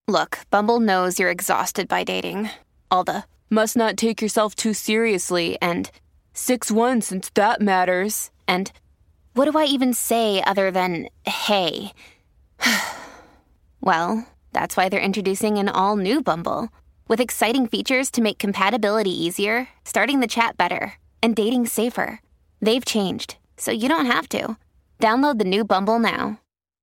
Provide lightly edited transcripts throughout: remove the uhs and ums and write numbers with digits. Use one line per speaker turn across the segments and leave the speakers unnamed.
Look, Bumble knows you're exhausted by dating. All the must not take yourself too seriously and 6'1" since that matters. And what do I even say other than hey? Well, that's why they're introducing an all-new Bumble with exciting features to make compatibility easier, starting the chat better, and dating safer. They've changed, so you don't have to. Download the new Bumble now.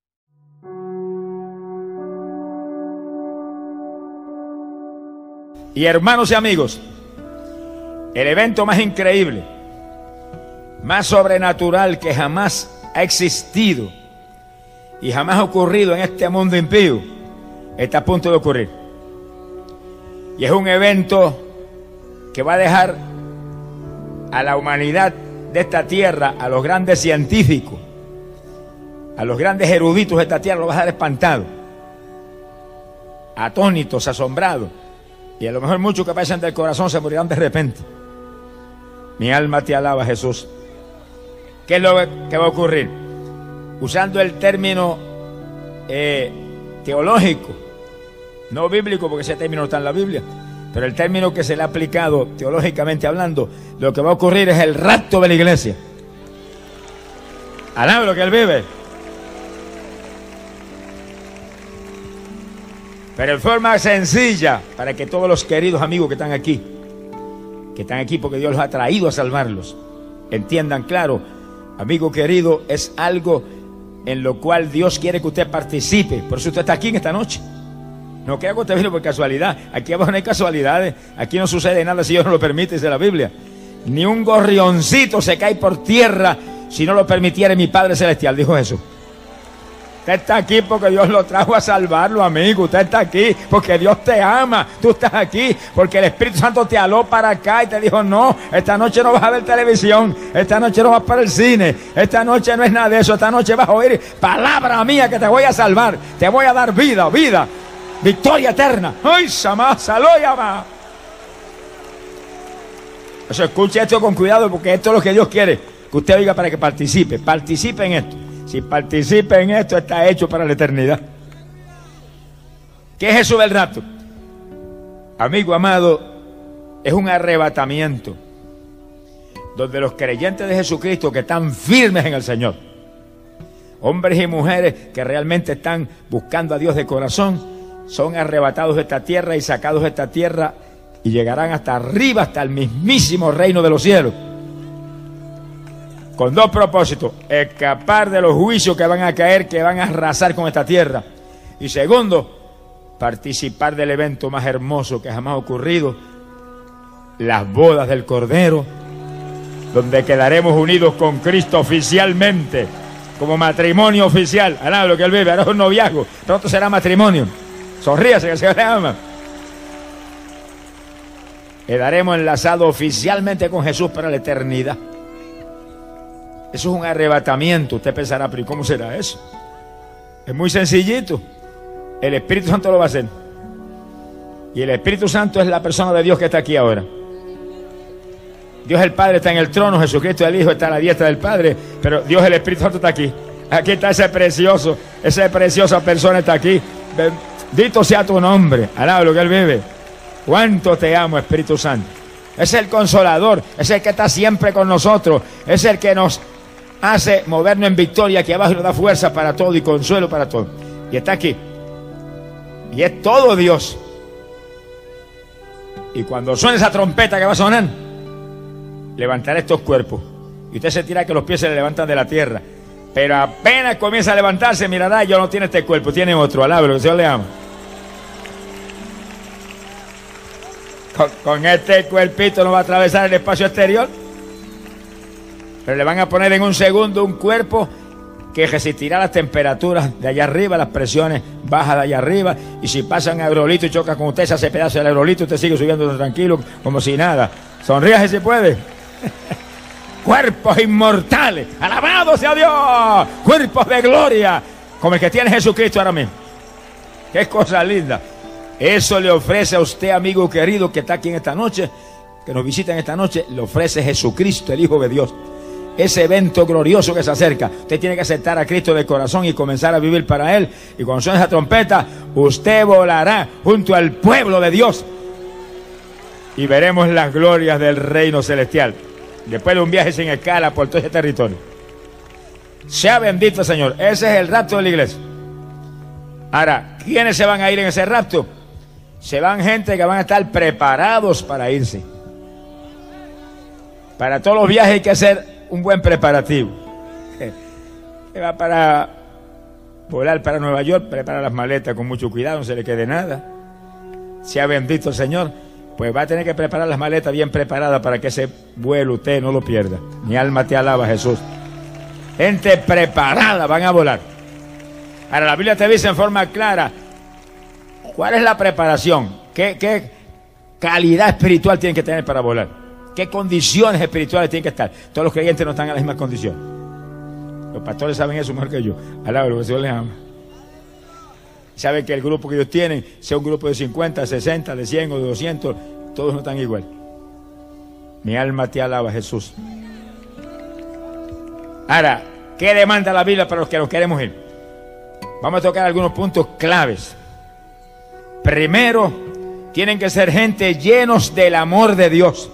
Y hermanos y amigos, el evento más increíble, más sobrenatural que jamás ha existido y jamás ha ocurrido en este mundo impío, está a punto de ocurrir. Y es un evento que va a dejar a la humanidad de esta tierra, a los grandes científicos, a los grandes eruditos de esta tierra, lo va a dejar espantado, atónitos, asombrados. Y a lo mejor muchos que pasan del corazón se morirán de repente. Mi alma te alaba, Jesús. ¿Qué es lo que va a ocurrir? Usando el término teológico, no bíblico, porque ese término no está en la Biblia, pero el término que se le ha aplicado teológicamente hablando, lo que va a ocurrir es el rapto de la iglesia. Alaba lo que él vive. Pero en forma sencilla, para que todos los queridos amigos que están aquí porque Dios los ha traído a salvarlos, entiendan claro, amigo querido, es algo en lo cual Dios quiere que usted participe. Por eso usted está aquí en esta noche. No crea que usted vino por casualidad. Aquí abajo no hay casualidades. Aquí no sucede nada si Dios no lo permite, dice la Biblia. Ni un gorrioncito se cae por tierra si no lo permitiera mi Padre Celestial, dijo Jesús. Usted está aquí porque Dios lo trajo a salvarlo, amigo. Usted está aquí porque Dios te ama. Tú estás aquí porque el Espíritu Santo te aló para acá y te dijo, no, esta noche no vas a ver televisión, esta noche no vas para el cine, esta noche no es nada de eso, esta noche vas a oír palabra mía que te voy a salvar, te voy a dar vida, victoria eterna. ¡Ay, Samá, Saloyama! Eso, escuche esto con cuidado porque esto es lo que Dios quiere que usted oiga para que participe en esto. Si participa en esto, está hecho para la eternidad. ¿Qué es eso del rapto? Amigo amado, es un arrebatamiento donde los creyentes de Jesucristo que están firmes en el Señor, hombres y mujeres que realmente están buscando a Dios de corazón, son arrebatados de esta tierra y sacados de esta tierra y llegarán hasta arriba, hasta el mismísimo reino de los cielos. Con dos propósitos: escapar de los juicios que van a caer, que van a arrasar con esta tierra. Y segundo, participar del evento más hermoso que jamás ha ocurrido, las bodas del Cordero, donde quedaremos unidos con Cristo oficialmente, como matrimonio oficial. Alá lo que él vive, ahora es un noviazgo, pronto será matrimonio. Sonríase que se le ama. Quedaremos enlazados oficialmente con Jesús para la eternidad. Eso es un arrebatamiento. Usted pensará, pero ¿y cómo será eso? Es muy sencillito. El Espíritu Santo lo va a hacer. Y el Espíritu Santo es la persona de Dios que está aquí ahora. Dios el Padre está en el trono, Jesucristo el Hijo está a la diestra del Padre, pero Dios el Espíritu Santo está aquí. Aquí está esa preciosa persona está aquí. Bendito sea tu nombre. Alaba lo que él vive. Cuánto te amo, Espíritu Santo. Es el consolador, es el que está siempre con nosotros, es el que nos hace movernos en victoria aquí abajo y nos da fuerza para todo y consuelo para todo. Y está aquí. Y es todo Dios. Y cuando suene esa trompeta que va a sonar, levantará estos cuerpos. Y usted sentirá que los pies se le levantan de la tierra. Pero apenas comienza a levantarse, mirará, yo no tiene este cuerpo, tiene otro. Alabe, que el Señor le ama. Con este cuerpito no va a atravesar el espacio exterior, pero le van a poner en un segundo un cuerpo que resistirá las temperaturas de allá arriba, las presiones bajas de allá arriba, y si pasan aerolito y choca con usted, se hace pedazo del aerolito, usted sigue subiendo tranquilo como si nada. Sonríase si puede. Cuerpos inmortales, alabado sea Dios, cuerpos de gloria como el que tiene Jesucristo ahora mismo. Qué cosa linda. Eso le ofrece a usted, amigo querido, que está aquí en esta noche, que nos visita en esta noche, le ofrece Jesucristo, el Hijo de Dios. ese evento glorioso que se acerca. Usted tiene que aceptar a Cristo de corazón y comenzar a vivir para Él. Y cuando suene esa trompeta, usted volará junto al pueblo de Dios y veremos las glorias del reino celestial. Después de un viaje sin escala por todo ese territorio. Sea bendito el Señor. Ese es el rapto de la iglesia. Ahora, ¿quiénes se van a ir en ese rapto? Se van gente que van a estar preparados para irse. Para todos los viajes hay que hacer un buen preparativo. Que va para volar para Nueva York, prepara las maletas con mucho cuidado, no se le quede nada. Sea bendito el Señor. Pues va a tener que preparar las maletas bien preparadas para que ese vuelo usted no lo pierda. Mi alma te alaba, Jesús. Gente preparada van a volar. Ahora la Biblia te dice en forma clara cuál es la preparación, qué calidad espiritual tienen que tener para volar, qué condiciones espirituales tienen que estar. Todos los creyentes no están en la misma condición. Los pastores saben eso mejor que yo. Alaba lo que el Señor les ama. Saben que el grupo que ellos tienen, sea un grupo de 50, 60, de 100 o de 200, todos no están igual. Mi alma te alaba, Jesús. Ahora, ¿qué demanda la Biblia para los que nos queremos ir? Vamos a tocar algunos puntos claves. Primero, tienen que ser gente llenos del amor de Dios.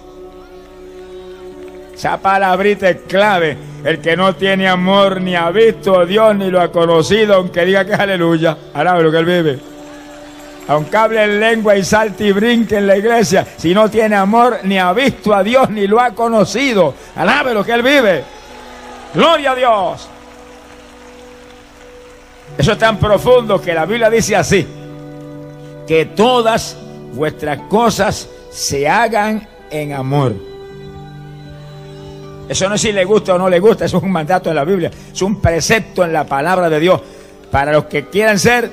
Esa palabrita es clave. El que no tiene amor ni ha visto a Dios ni lo ha conocido, aunque diga que es aleluya. Alabe lo que él vive. Aunque hable en lengua y salte y brinque en la iglesia, si no tiene amor ni ha visto a Dios ni lo ha conocido, alabe lo que él vive. Gloria a Dios. Eso es tan profundo que la Biblia dice así: que todas vuestras cosas se hagan en amor. Eso no es si le gusta o no le gusta, eso es un mandato de la Biblia, es un precepto en la palabra de Dios para los que quieran ser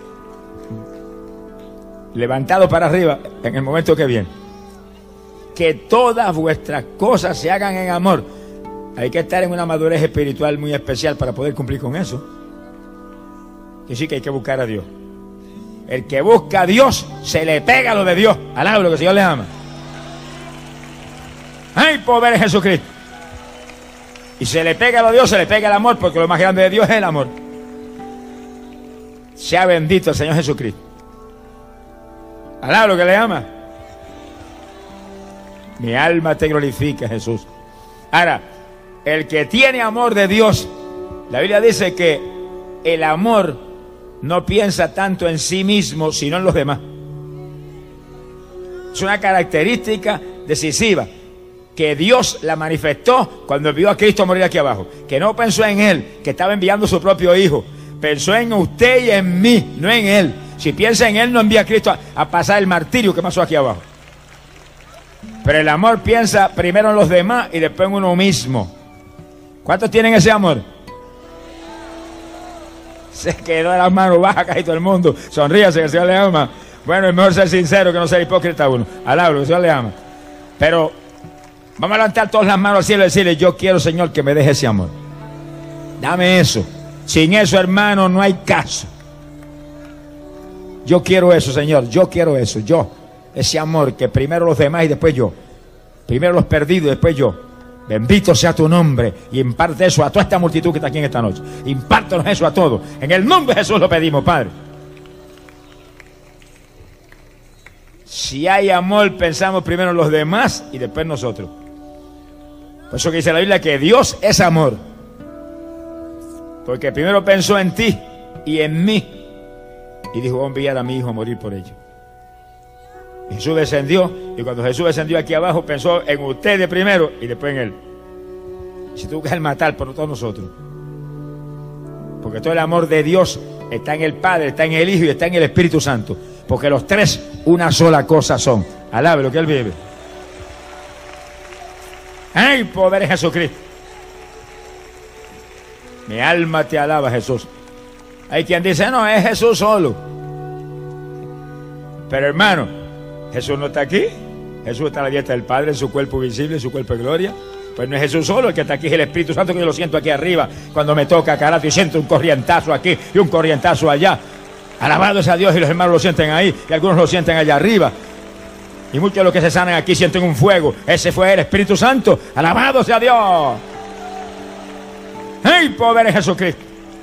levantados para arriba en el momento que viene. Que todas vuestras cosas se hagan en amor. Hay que estar en una madurez espiritual muy especial para poder cumplir con eso. Y sí que hay que buscar a Dios. El que busca a Dios se le pega lo de Dios. Alaba lo que el Señor le ama. ¡Ay, poder en Jesucristo! Y se le pega a Dios, se le pega el amor, porque lo más grande de Dios es el amor. Sea bendito el Señor Jesucristo. Alaba lo que le ama. Mi alma te glorifica, Jesús. Ahora, el que tiene amor de Dios, la Biblia dice que el amor no piensa tanto en sí mismo, sino en los demás. Es una característica decisiva que Dios la manifestó cuando vio a Cristo morir aquí abajo. Que no pensó en Él, que estaba enviando a su propio Hijo. Pensó en usted y en mí, no en Él. Si piensa en Él, no envía a Cristo a pasar el martirio que pasó aquí abajo. Pero el amor piensa primero en los demás y después en uno mismo. ¿Cuántos tienen ese amor? Se quedó de las manos bajas casi todo el mundo. Sonríase, que el Señor le ama. Bueno, es mejor ser sincero que no ser hipócrita uno. Alabro, que el Señor le ama. Pero vamos a levantar todas las manos al cielo y decirle: yo quiero, Señor, que me deje ese amor. Dame eso. Sin eso, hermano, no hay caso. Yo quiero eso, Señor. Yo quiero eso. Yo. Ese amor que primero los demás y después yo. Primero los perdidos y después yo. Bendito sea tu nombre. Y imparte eso a toda esta multitud que está aquí en esta noche. Impártenos eso a todos. En el nombre de Jesús lo pedimos, Padre. Si hay amor, pensamos primero en los demás y después nosotros. Por eso que dice la Biblia que Dios es amor. Porque primero pensó en ti y en mí. Y dijo: voy a enviar a mi hijo a morir por ellos. Jesús descendió, y cuando Jesús descendió aquí abajo, pensó en ustedes primero y después en él. Si tuvo que matar por todos nosotros. Porque todo el amor de Dios está en el Padre, está en el Hijo y está en el Espíritu Santo. Porque los tres una sola cosa son. Alabe lo que Él vive. ¡Ay, poder en Jesucristo! Mi alma te alaba, Jesús. Hay quien dice: no, es Jesús solo. Pero hermano, Jesús no está aquí. Jesús está a la diestra del Padre, en su cuerpo visible, en su cuerpo de gloria. Pues no es Jesús solo, el que está aquí es el Espíritu Santo, que yo lo siento aquí arriba. Cuando me toca carato y siento un corrientazo aquí y un corrientazo allá. Alabado sea Dios, y los hermanos lo sienten ahí y algunos lo sienten allá arriba. Y muchos de los que se sanan aquí sienten un fuego. Ese fue el Espíritu Santo. Alabado sea Dios. ¡Hey, poder es Jesucristo!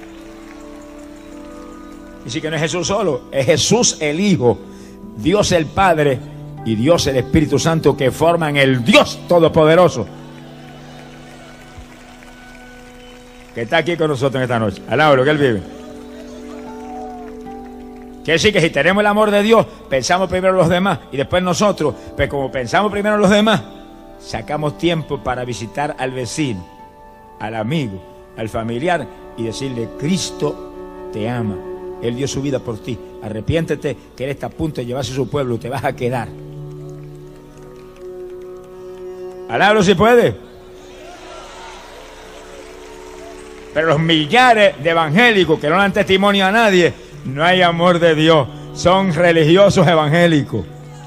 Y sí que no es Jesús solo, es Jesús el Hijo, Dios el Padre y Dios el Espíritu Santo, que forman el Dios Todopoderoso, que está aquí con nosotros en esta noche. Alábalo, que Él vive. Quiere decir que si tenemos el amor de Dios, pensamos primero en los demás y después nosotros. Pues como pensamos primero en los demás, sacamos tiempo para visitar al vecino, al amigo, al familiar y decirle: Cristo te ama, Él dio su vida por ti, arrepiéntete que Él está a punto de llevarse a su pueblo, te vas a quedar. Alábalo si puede. Pero los millares de evangélicos que no dan testimonio a nadie, no hay amor de Dios, son religiosos evangélicos.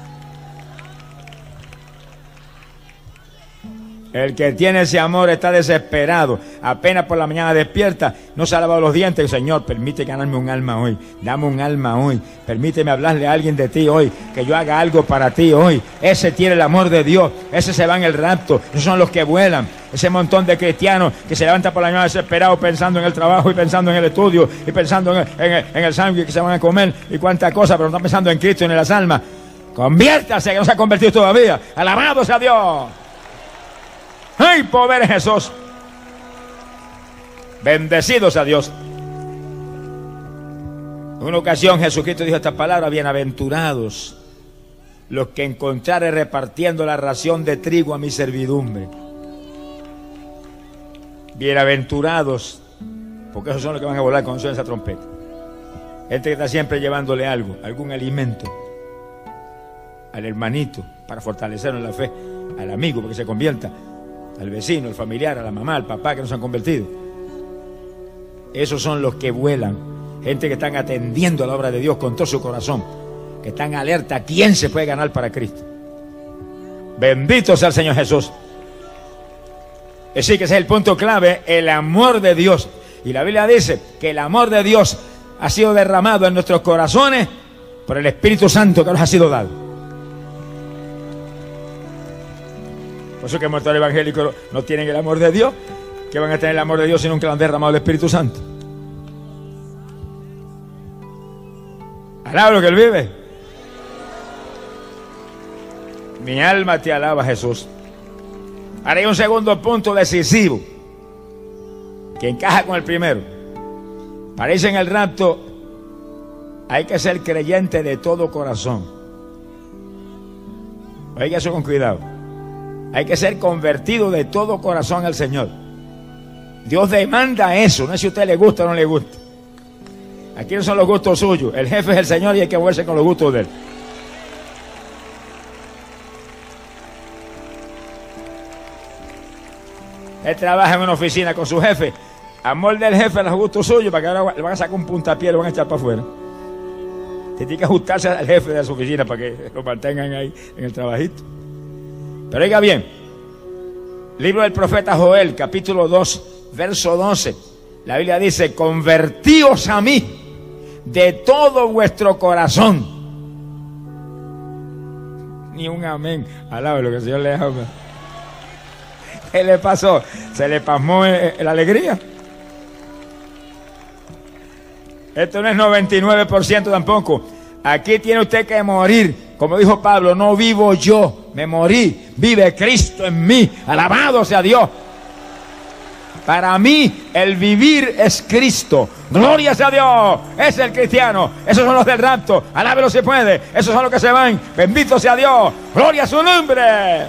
El que tiene ese amor está desesperado. Apenas por la mañana despierta, no se ha lavado los dientes. Señor, permite ganarme un alma hoy. Dame un alma hoy. Permíteme hablarle a alguien de ti hoy. Que yo haga algo para ti hoy. Ese tiene el amor de Dios. Ese se va en el rapto. Esos son los que vuelan. Ese montón de cristianos que se levantan por la mañana desesperados pensando en el trabajo y pensando en el estudio y pensando en el sándwich que se van a comer y cuántas cosas, pero no están pensando en Cristo y en las almas. Conviértase, que no se ha convertido todavía. Alabado sea Dios. ¡Ay, poder es Jesús! Bendecido sea Dios. En una ocasión Jesucristo dijo esta palabra: bienaventurados los que encontrare repartiendo la ración de trigo a mi servidumbre. Bienaventurados, porque esos son los que van a volar cuando suene esa trompeta. Gente que está siempre llevándole algo, algún alimento al hermanito para fortalecerlo en la fe, al amigo para que se convierta, al vecino, al familiar, a la mamá, al papá que no se han convertido. Esos son los que vuelan. Gente que están atendiendo a la obra de Dios con todo su corazón, que están alerta a quién se puede ganar para Cristo. Bendito sea el Señor Jesús. Es decir, que ese es el punto clave, el amor de Dios. Y la Biblia dice que el amor de Dios ha sido derramado en nuestros corazones por el Espíritu Santo que nos ha sido dado. Por eso que muertos evangélicos no tienen el amor de Dios. ¿Qué van a tener el amor de Dios si nunca lo han derramado el Espíritu Santo? Alaba lo que Él vive. Mi alma te alaba, Jesús. Ahora hay un segundo punto decisivo que encaja con el primero. Parece en el rapto hay que ser creyente de todo corazón. Oiga eso con cuidado. Hay que ser convertido de todo corazón al Señor. Dios demanda eso, no es si a usted le gusta o no le gusta. Aquí no son los gustos suyos. El jefe es el Señor y hay que moverse con los gustos de Él. Él trabaja en una oficina con su jefe. Amor del jefe a los gustos suyos, para que ahora le van a sacar un puntapié y lo van a echar para afuera. Tiene que ajustarse al jefe de su oficina para que lo mantengan ahí en el trabajito. Pero oiga bien, libro del profeta Joel, capítulo 2, verso 12. La Biblia dice: convertíos a mí de todo vuestro corazón. Ni un amén. Alaba lo que el Señor le ama. ¿Qué le pasó? ¿Se le pasmó la alegría? Esto no es 99% tampoco. Aquí tiene usted que morir. Como dijo Pablo, no vivo yo, me morí. Vive Cristo en mí. Alabado sea Dios. Para mí el vivir es Cristo. Gloria sea Dios. Es el cristiano. Esos son los del rapto. Alábelo si puede. Esos son los que se van. Bendito sea Dios. Gloria a su nombre.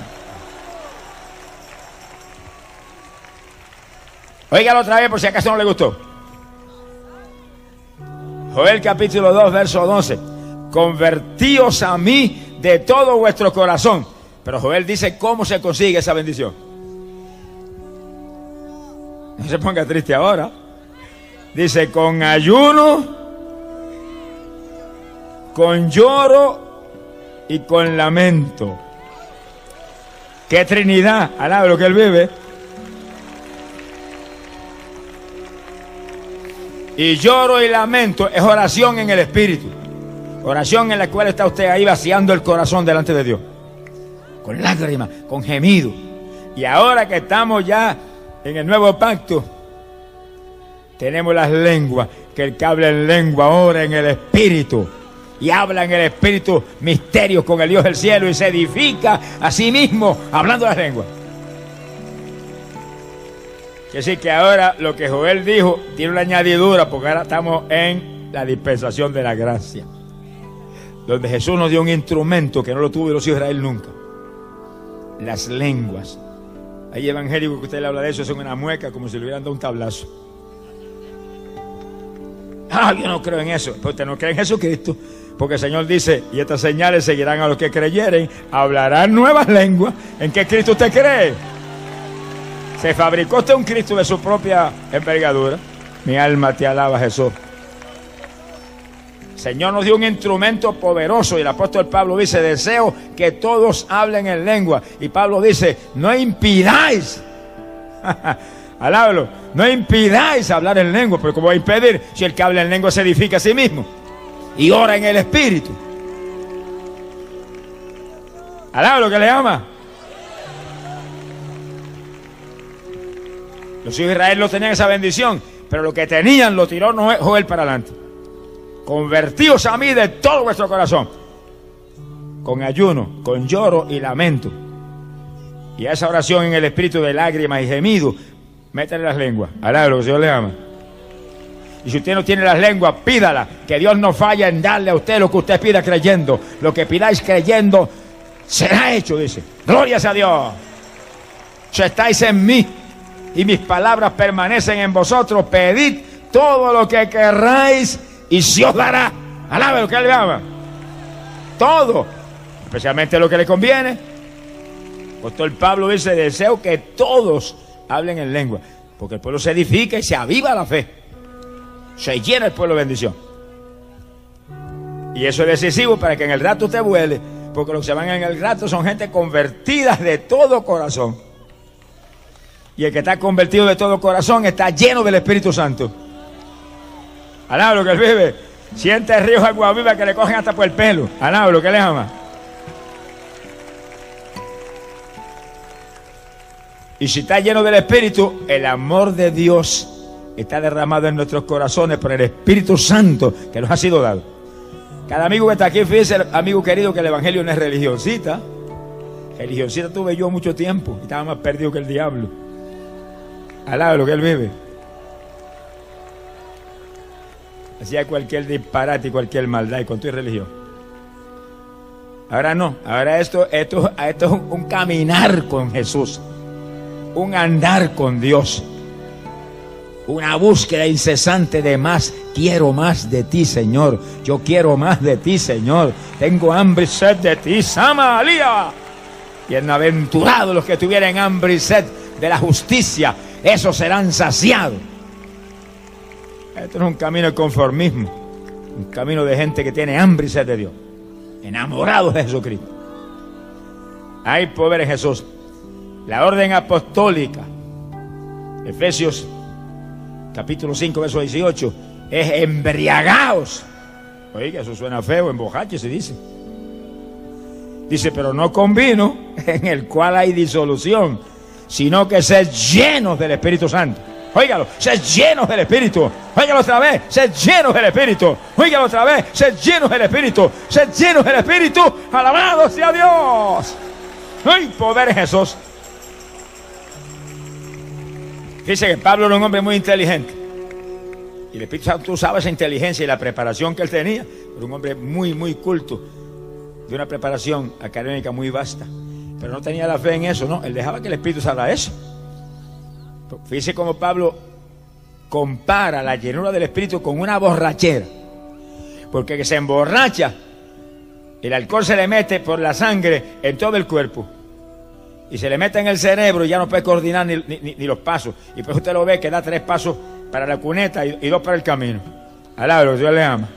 Óigalo otra vez por si acaso no le gustó. Joel capítulo 2 verso 12. Convertíos a mí de todo vuestro corazón. Pero Joel dice cómo se consigue esa bendición. No se ponga triste ahora. Dice: con ayuno, con lloro y con lamento. ¡Qué Trinidad! Alaba lo que Él vive. Y lloro y lamento es oración en el Espíritu. Oración en la cual está usted ahí vaciando el corazón delante de Dios. Con lágrimas, con gemido. Y ahora que estamos ya en el nuevo pacto, tenemos las lenguas, que el que habla en lengua ora en el Espíritu y habla en el Espíritu misterios con el Dios del cielo y se edifica a sí mismo hablando las lenguas. Quiere decir que ahora lo que Joel dijo tiene una añadidura, porque ahora estamos en la dispensación de la gracia, donde Jesús nos dio un instrumento que no lo tuvo los hijos de Israel nunca: las lenguas. Hay evangélicos que usted le habla de eso, son una mueca, como si le hubieran dado un tablazo. Yo no creo en eso. Pero usted no cree en Jesucristo, porque el Señor dice: y estas señales seguirán a los que creyeren, hablarán nuevas lenguas. ¿En qué Cristo usted cree? ¿Se fabricó usted un Cristo de su propia envergadura? Mi alma te alaba, Jesús. El Señor nos dio un instrumento poderoso, y el apóstol Pablo dice: deseo que todos hablen en lengua. Y Pablo dice: no impidáis alábalo, no impidáis hablar en lengua. Pero ¿cómo va a impedir si el que habla en lengua se edifica a sí mismo y ora en el Espíritu? Alábalo, que le ama. Los hijos de Israel no tenían esa bendición, pero lo que tenían lo tiró Joel para adelante. Convertíos a mí de todo vuestro corazón, con ayuno, con lloro y lamento. Y a esa oración en el espíritu de lágrimas y gemidos, métale las lenguas. Alábalo, que el Señor le ama. Y si usted no tiene las lenguas, pídala, que Dios no falla en darle a usted lo que usted pida creyendo. Lo que pidáis creyendo será hecho, dice. Gloria a Dios. Si estáis en mí y mis palabras permanecen en vosotros, pedid todo lo que querráis y se os dará. Alábalo, que Él le ama. Todo, especialmente lo que le conviene. El apóstol Pablo dice: deseo que todos hablen en lengua, porque el pueblo se edifica y se aviva la fe, se llena el pueblo de bendición. Y eso es decisivo para que en el rato usted vuele, porque los que se van en el rato son gente convertida de todo corazón. Y el que está convertido de todo corazón está lleno del Espíritu Santo. Alábalo, que Él vive. Siente ríos de agua viva que le cogen hasta por el pelo. Alábalo, que le ama. Y si está lleno del Espíritu, el amor de Dios está derramado en nuestros corazones por el Espíritu Santo que nos ha sido dado. Cada amigo que está aquí, fíjese, amigo querido, que el Evangelio no es religioncita. Religioncita tuve yo mucho tiempo y estaba más perdido que el diablo. Alábalo, que Él vive. Hacía cualquier disparate y cualquier maldad y con tu religión. Ahora no, ahora esto es un caminar con Jesús, un andar con Dios, una búsqueda incesante de más. Quiero más de ti, Señor. Yo quiero más de ti, Señor. Tengo hambre y sed de ti, Samalia. Bienaventurados los que tuvieran hambre y sed de la justicia, esos serán saciados. Esto no es un camino de conformismo, un camino de gente que tiene hambre y sed de Dios, enamorados de Jesucristo. Hay poder en Jesús. La orden apostólica, Efesios capítulo 5, verso 18, es embriagaos. Oiga, eso suena feo, emborrache se dice. Dice, pero no con vino, en el cual hay disolución, sino que sed llenos del Espíritu Santo. Óigalo, sed llenos del Espíritu. Óigalo otra vez, sed llenos del Espíritu. Óigalo otra vez, sed llenos del Espíritu. Sed llenos del Espíritu. Alabado sea Dios. No hay poder en Jesús. Dice que Pablo era un hombre muy inteligente. Y el Espíritu Santo usaba esa inteligencia y la preparación que él tenía. Era un hombre muy, muy culto, de una preparación académica muy vasta. Pero no tenía la fe en eso, no. Él dejaba que el Espíritu usara eso. Fíjese cómo Pablo compara la llenura del Espíritu con una borrachera. Porque que se emborracha, el alcohol se le mete por la sangre en todo el cuerpo. Y se le mete en el cerebro y ya no puede coordinar ni los pasos. Y pues usted lo ve que da 3 pasos para la cuneta y 2 para el camino. Alábalo, Dios le ama.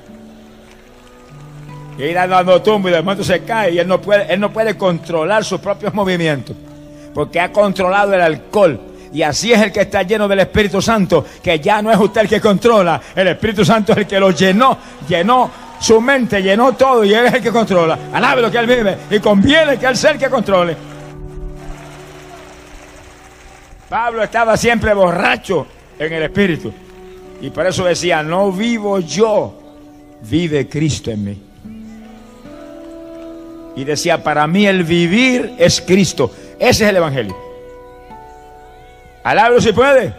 Y irá dando tumbo y de momento se cae y él no puede controlar sus propios movimientos. Porque ha controlado el alcohol. Y así es el que está lleno del Espíritu Santo, que ya no es usted el que controla. El Espíritu Santo es el que lo llenó su mente, llenó todo y Él es el que controla. Alabe lo que Él vive y conviene que Él sea el que controle. Pablo estaba siempre borracho en el Espíritu. Y por eso decía, no vivo yo, vive Cristo en mí. Y decía, para mí el vivir es Cristo. Ese es el evangelio. Alábalo si puede.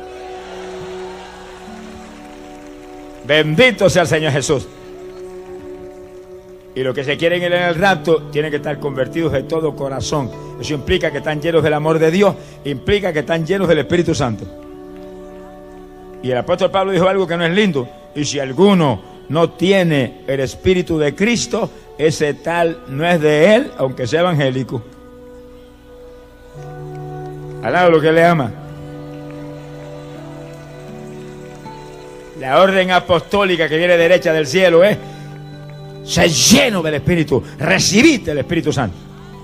Bendito sea el Señor Jesús. Y los que se quieren ir en el rapto tienen que estar convertidos de todo corazón. Eso implica que están llenos del amor de Dios, implica que están llenos del Espíritu Santo. Y el apóstol Pablo dijo algo que no es lindo. Y si alguno no tiene el Espíritu de Cristo, ese tal no es de él, aunque sea evangélico. Alaba lo que le ama. La orden apostólica que viene derecha del cielo es: sé lleno del Espíritu, recibiste el Espíritu Santo.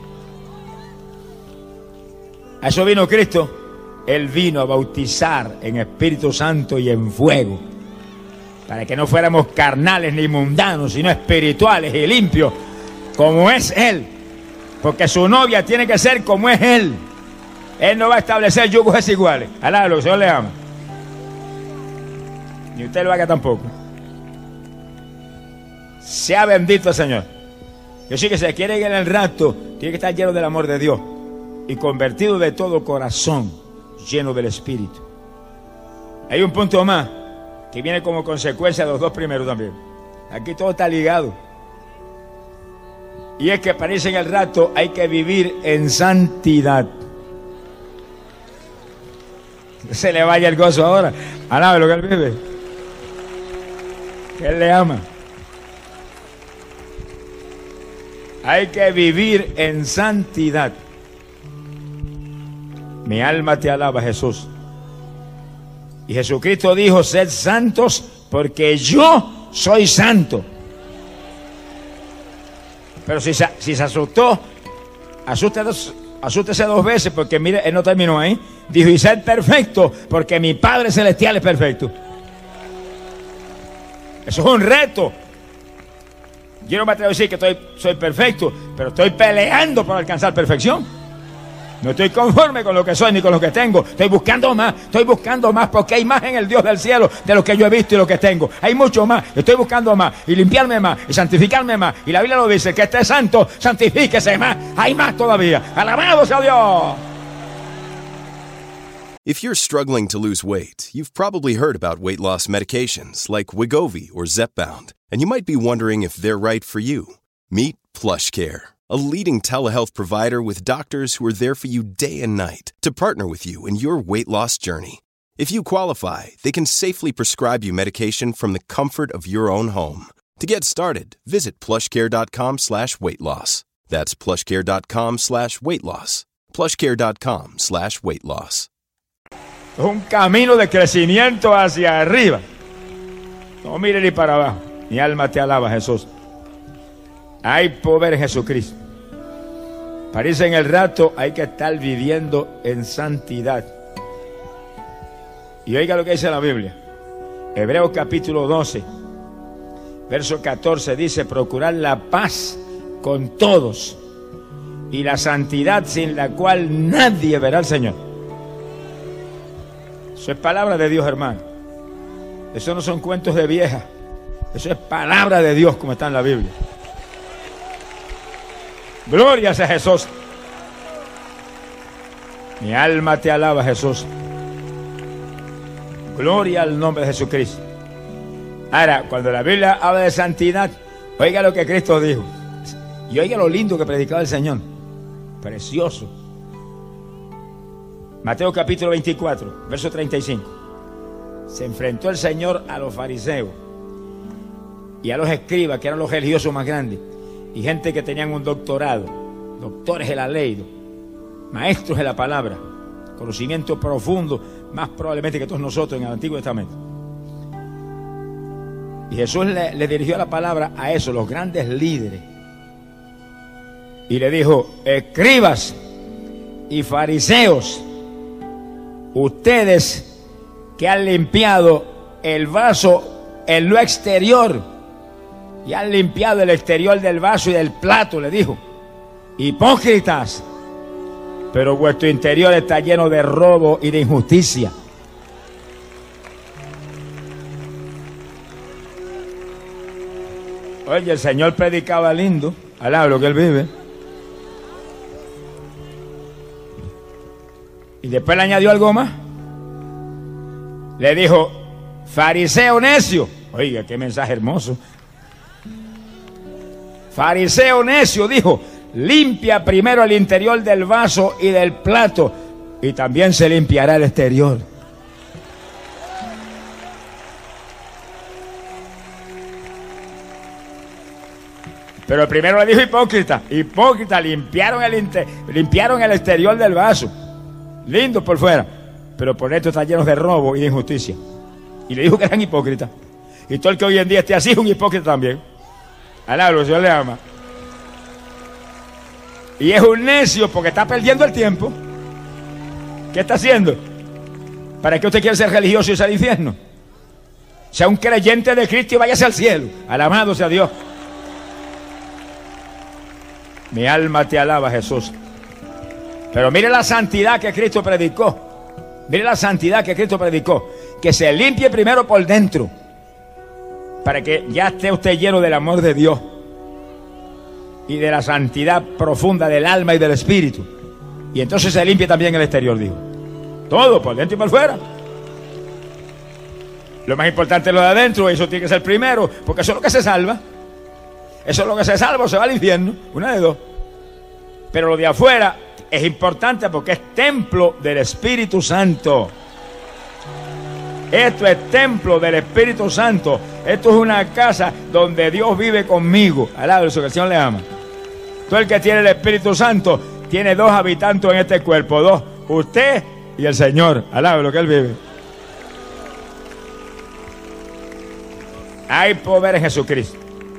A eso vino Cristo. Él vino a bautizar en Espíritu Santo y en fuego, para que no fuéramos carnales ni mundanos, sino espirituales y limpios, como es Él. Porque su novia tiene que ser como es Él. Él no va a establecer yugos desiguales. Alábalo, que el Señor le ama. Ni usted lo haga tampoco. Sea bendito el Señor. Yo sí que se quiere ir en el rapto, tiene que estar lleno del amor de Dios y convertido de todo corazón, lleno del Espíritu. Hay un punto más que viene como consecuencia de los dos primeros también. Aquí todo está ligado. Y es que para irse en el rapto hay que vivir en santidad. Se le vaya el gozo ahora. Alabe lo que él vive. Que él le ama. Hay que vivir en santidad. Mi alma te alaba, Jesús. Y Jesucristo dijo: sed santos porque yo soy santo. Pero si se asustó, asústese dos veces, porque mire, él no terminó ahí. Dijo: y sed perfecto porque mi Padre Celestial es perfecto. Eso es un reto. Yo no me atrevo a decir que soy perfecto, pero estoy peleando por alcanzar perfección. No estoy conforme con lo que soy ni con lo que tengo. Estoy buscando más porque hay más en el Dios del cielo de lo que yo he visto y lo que tengo. Hay mucho más. Estoy buscando más y limpiarme más y santificarme más. Y la Biblia lo dice: que esté santo, santifíquese más. Hay más todavía. Alabado sea Dios.
If you're struggling to lose weight, you've probably heard about weight loss medications like Wegovy or Zepbound, and you might be wondering if they're right for you. Meet PlushCare, a leading telehealth provider with doctors who are there for you day and night to partner with you in your weight loss journey. If you qualify, they can safely prescribe you medication from the comfort of your own home. To get started, visit plushcare.com/weight-loss. That's plushcare.com/weight-loss. plushcare.com/weight-loss.
Es un camino de crecimiento hacia arriba. No mire ni para abajo. Mi alma te alaba, Jesús. Hay poder en Jesucristo. Para irse en el rapto hay que estar viviendo en santidad. Y oiga lo que dice la Biblia. Hebreos capítulo 12, verso 14 dice: procurar la paz con todos y la santidad sin la cual nadie verá al Señor. Eso es palabra de Dios, hermano. Eso no son cuentos de vieja. Eso es palabra de Dios, como está en la Biblia. Gloria sea Jesús. Mi alma te alaba, Jesús. Gloria al nombre de Jesucristo. Ahora, cuando la Biblia habla de santidad, oiga lo que Cristo dijo. Y oiga lo lindo que predicaba el Señor. Precioso. Mateo capítulo 24, verso 35. Se enfrentó el Señor a los fariseos y a los escribas, que eran los religiosos más grandes, y gente que tenían un doctorado, doctores de la ley, maestros de la palabra, conocimiento profundo, más probablemente que todos nosotros en el Antiguo Testamento. Y Jesús le dirigió la palabra a esos, los grandes líderes, y le dijo: escribas y fariseos, ustedes que han limpiado el vaso en lo exterior y han limpiado el exterior del vaso y del plato, le dijo, hipócritas, pero vuestro interior está lleno de robo y de injusticia. Oye, el Señor predicaba lindo, alaba lo que Él vive. Y después le añadió algo más. Le dijo, fariseo necio. Oiga, qué mensaje hermoso. Fariseo necio, dijo, limpia primero el interior del vaso y del plato, y también se limpiará el exterior. Pero primero le dijo hipócrita. Hipócrita, limpiaron el exterior del vaso. Lindo por fuera, pero por dentro está lleno de robo y de injusticia. Y le dijo que eran hipócritas. Y todo el que hoy en día esté así es un hipócrita también. Alablo, el Señor le ama. Y es un necio porque está perdiendo el tiempo. ¿Qué está haciendo? ¿Para qué usted quiere ser religioso y irse al infierno? Sea un creyente de Cristo y váyase al cielo. Alabado sea Dios. Mi alma te alaba, Jesús. Pero mire la santidad que Cristo predicó. Mire la santidad que Cristo predicó. Que se limpie primero por dentro, para que ya esté usted lleno del amor de Dios y de la santidad profunda del alma y del espíritu. Y entonces se limpie también el exterior, dijo. Todo, por dentro y por fuera. Lo más importante es lo de adentro, eso tiene que ser primero, porque eso es lo que se salva. Eso es lo que se salva o se va al infierno, una de dos. Pero lo de afuera es importante porque es templo del Espíritu Santo. Esto es templo del Espíritu Santo. Esto es una casa donde Dios vive conmigo. Alaba eso, que el Señor le ama. Todo el que tiene el Espíritu Santo tiene dos habitantes en este cuerpo. Dos, usted y el Señor. Alaba lo que Él vive. Hay poder en Jesucristo.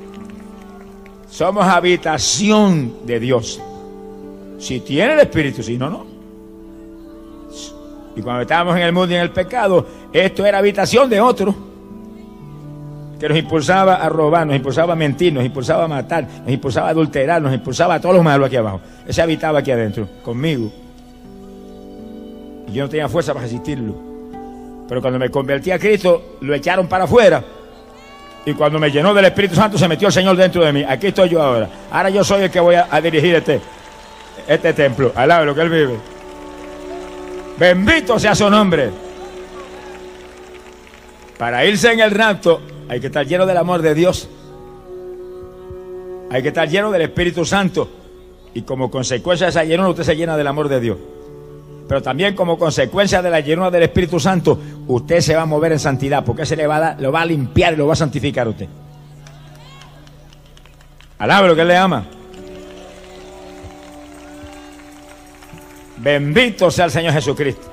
Somos habitación de Dios. Si tiene el Espíritu, si no, no. Y cuando estábamos en el mundo y en el pecado, esto era habitación de otro, que nos impulsaba a robar, nos impulsaba a mentir, nos impulsaba a matar, nos impulsaba a adulterar, nos impulsaba a todos los malos aquí abajo. Ese habitaba aquí adentro, conmigo. Y yo no tenía fuerza para resistirlo. Pero cuando me convertí a Cristo, lo echaron para afuera. Y cuando me llenó del Espíritu Santo, se metió el Señor dentro de mí. Aquí estoy yo ahora. Ahora yo soy el que voy a dirigir este templo. Alaba lo que Él vive. Bendito sea su nombre. Para irse en el rapto hay que estar lleno del amor de Dios. Hay que estar lleno del Espíritu Santo. Y como consecuencia de esa llenura, usted se llena del amor de Dios. Pero también como consecuencia de la llenura del Espíritu Santo, usted se va a mover en santidad, porque se le va a dar, lo va a limpiar y lo va a santificar a usted. Alabe lo que Él le ama. Bendito sea el Señor Jesucristo.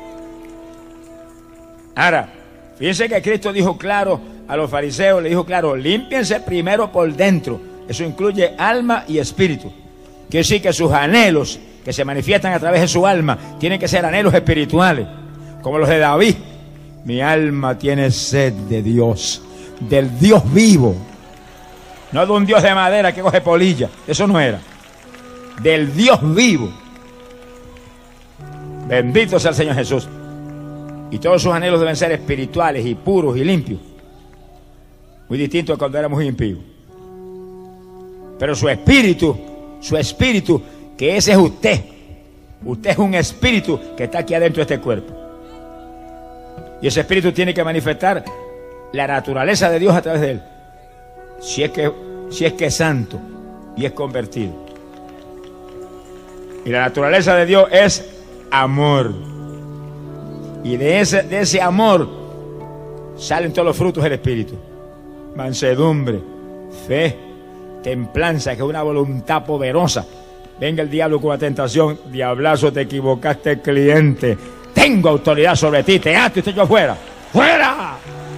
Ahora, fíjense que Cristo dijo claro a los fariseos, le dijo claro, límpiense primero por dentro. Eso incluye alma y espíritu. Quiere decir que sus anhelos que se manifiestan a través de su alma tienen que ser anhelos espirituales, como los de David. Mi alma tiene sed de Dios, del Dios vivo, no de un Dios de madera que coge polilla. Eso no era. Del Dios vivo. Bendito sea el Señor Jesús. Y todos sus anhelos deben ser espirituales y puros y limpios. Muy distinto a cuando éramos impíos. Pero su espíritu, que ese es usted. Usted es un espíritu que está aquí adentro de este cuerpo. Y ese espíritu tiene que manifestar la naturaleza de Dios a través de él. Si es que es santo y es convertido. Y la naturaleza de Dios es amor. Y de ese amor salen todos los frutos del Espíritu. Mansedumbre, fe, templanza, que es una voluntad poderosa. Venga el diablo con la tentación, diablazo, te equivocaste, cliente. Tengo autoridad sobre ti, te ato y estoy yo fuera. ¡Fuera!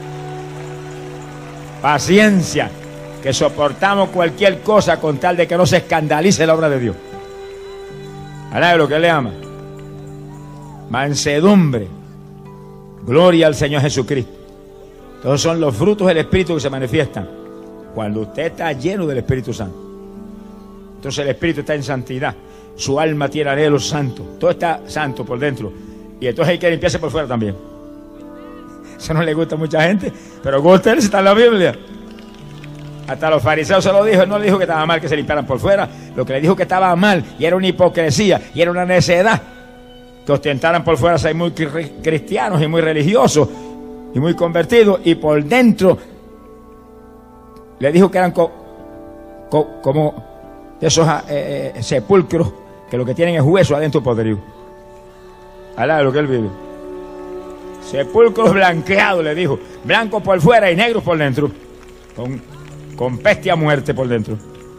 Paciencia, que soportamos cualquier cosa con tal de que no se escandalice la obra de Dios. Alabe lo que Él le ama. Mansedumbre. Gloria al Señor Jesucristo. Todos son los frutos del Espíritu que se manifiestan cuando usted está lleno del Espíritu Santo. Entonces el Espíritu está en santidad. Su alma tiene anhelos santos. Todo está santo por dentro. Y entonces hay que limpiarse por fuera también. Eso no le gusta a mucha gente, pero gusta él si está en la Biblia. Hasta los fariseos se lo dijo. Él no le dijo que estaba mal que se limpiaran por fuera. Lo que le dijo que estaba mal, y era una hipocresía, y era una necedad, que ostentaran por fuera ser muy cristianos y muy religiosos y muy convertidos, y por dentro le dijo que eran como esos sepulcros que lo que tienen es hueso adentro podrido. Alá lo que él vive. Sepulcros blanqueados, le dijo, blancos por fuera y negros por dentro, con peste a muerte por dentro.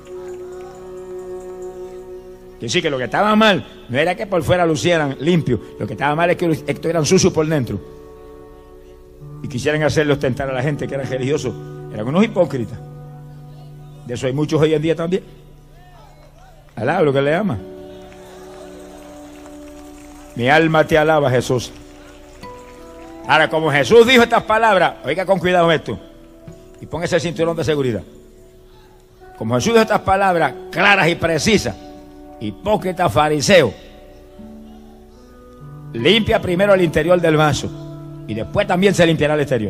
Que sí, que lo que estaba mal no era que por fuera lucieran limpios, lo que estaba mal es que estuvieran sucios por dentro y quisieran hacerle ostentar a la gente que eran religiosos. Eran unos hipócritas. De eso hay muchos hoy en día también. Alá lo que le ama. Mi alma te alaba, Jesús. Ahora, como Jesús dijo estas palabras, oiga con cuidado esto y póngase el cinturón de seguridad. Como Jesús dijo estas palabras claras y precisas, hipócrita fariseo, limpia primero el interior del vaso y después también se limpiará el exterior.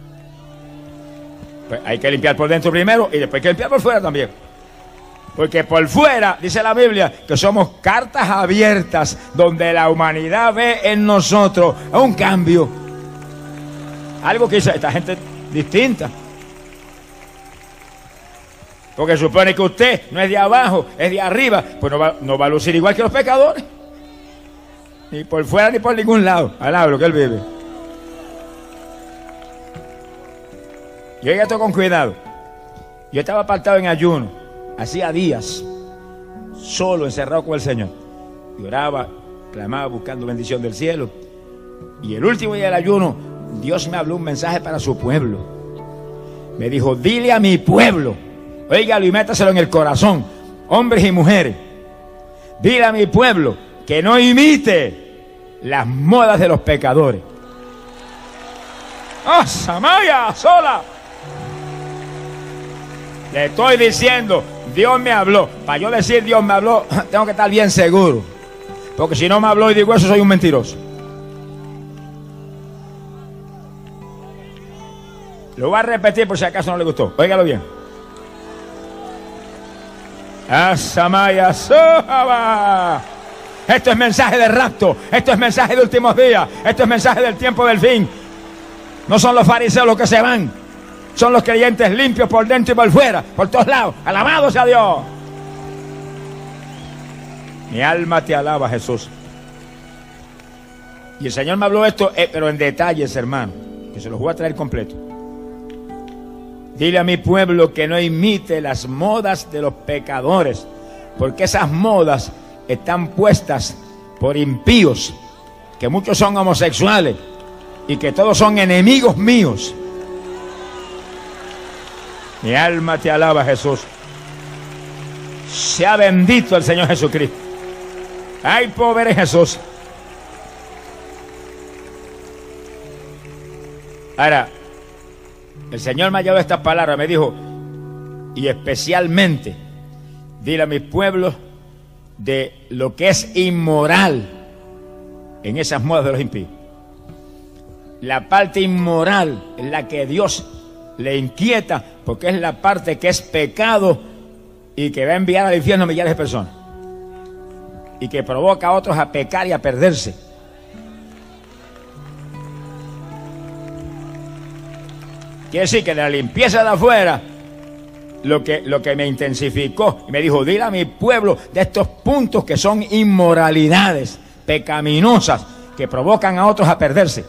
Pues hay que limpiar por dentro primero y después hay que limpiar por fuera también. Porque por fuera, dice la Biblia, que somos cartas abiertas donde la humanidad ve en nosotros un cambio. Algo que dice esta gente distinta. Porque supone que usted no es de abajo, es de arriba, pues no va a lucir igual que los pecadores. Ni por fuera ni por ningún lado. Alá lo que él vive. Y oiga esto con cuidado. Yo estaba apartado en ayuno, hacía días, solo, encerrado con el Señor. Y oraba, clamaba, buscando bendición del cielo. Y el último día del ayuno, Dios me habló un mensaje para su pueblo. Me dijo, dile a mi pueblo, óigalo y métaselo en el corazón, hombres y mujeres. Dile a mi pueblo que no imite las modas de los pecadores. ¡Ah, Samaya, sola! Le estoy diciendo, Dios me habló. Para yo decir Dios me habló, tengo que estar bien seguro. Porque si no me habló y digo eso, soy un mentiroso. Lo voy a repetir por si acaso no le gustó. Óigalo bien. Asamaya Sohaba. Esto es mensaje de rapto. Esto es mensaje de últimos días. Esto es mensaje del tiempo del fin. No son los fariseos los que se van. Son los creyentes limpios por dentro y por fuera, por todos lados. Alabado sea Dios. Mi alma te alaba, Jesús. Y el Señor me habló esto, pero en detalles, hermano, que se los voy a traer completo. Dile a mi pueblo que no imite las modas de los pecadores, porque esas modas están puestas por impíos, que muchos son homosexuales y que todos son enemigos míos. Mi alma te alaba, Jesús. Sea bendito el Señor Jesucristo. Ay, pobre Jesús. Ahora, el Señor me ha llevado estas palabras, me dijo, y especialmente, dile a mis pueblos de lo que es inmoral en esas modas de los impíos. La parte inmoral es la que Dios le inquieta, porque es la parte que es pecado y que va a enviar al infierno a millares de personas y que provoca a otros a pecar y a perderse. Quiere decir que de la limpieza de afuera, lo que me intensificó, y me dijo, dile a mi pueblo de estos puntos que son inmoralidades pecaminosas que provocan a otros a perderse.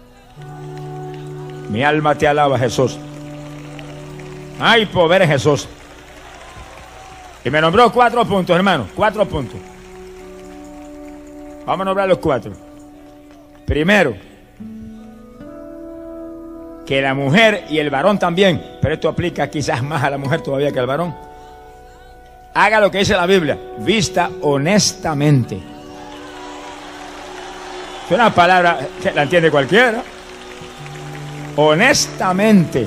Mi alma te alaba, Jesús. Ay, poder Jesús. Y me nombró 4 puntos, hermano. 4 puntos. Vamos a nombrar los 4. Primero, que la mujer y el varón también, pero esto aplica quizás más a la mujer todavía que al varón, haga lo que dice la Biblia, vista honestamente. Es una palabra que la entiende cualquiera. Honestamente.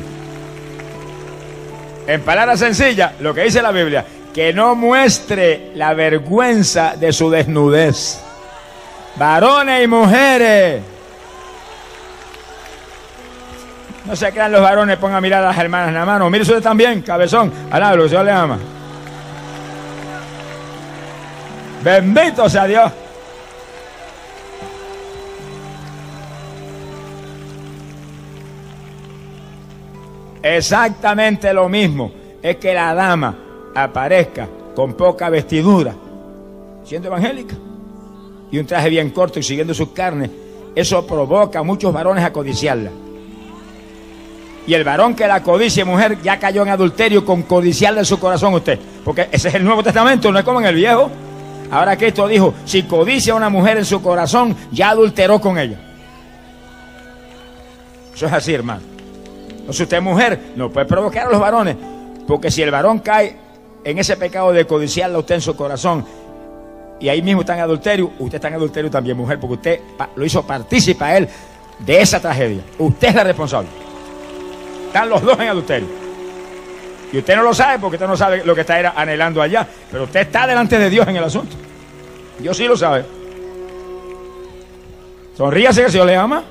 En palabras sencillas, lo que dice la Biblia, que no muestre la vergüenza de su desnudez. Varones y mujeres. No se crean los varones, pongan a mirar a las hermanas en la mano. Mire usted también, cabezón. Alá, lo que Dios le ama. Bendito sea Dios. Exactamente lo mismo es que la dama aparezca con poca vestidura, siendo evangélica, y un traje bien corto y siguiendo sus carnes. Eso provoca a muchos varones a codiciarla. Y el varón que la codicie, mujer, ya cayó en adulterio con codiciarla en su corazón usted. Porque ese es el Nuevo Testamento, no es como en el Viejo. Ahora Cristo dijo, si codicia a una mujer en su corazón, ya adulteró con ella. Eso es así, hermano. Entonces usted, mujer, no puede provocar a los varones. Porque si el varón cae en ese pecado de codiciarla a usted en su corazón, y ahí mismo está en adulterio, usted está en adulterio también, mujer, porque usted lo hizo partícipe a él de esa tragedia. Usted es la responsable. Están los dos en adulterio. Y usted no lo sabe porque usted no sabe lo que está anhelando allá. Pero usted está delante de Dios en el asunto. Dios sí lo sabe. Sonríase que el Señor le ama.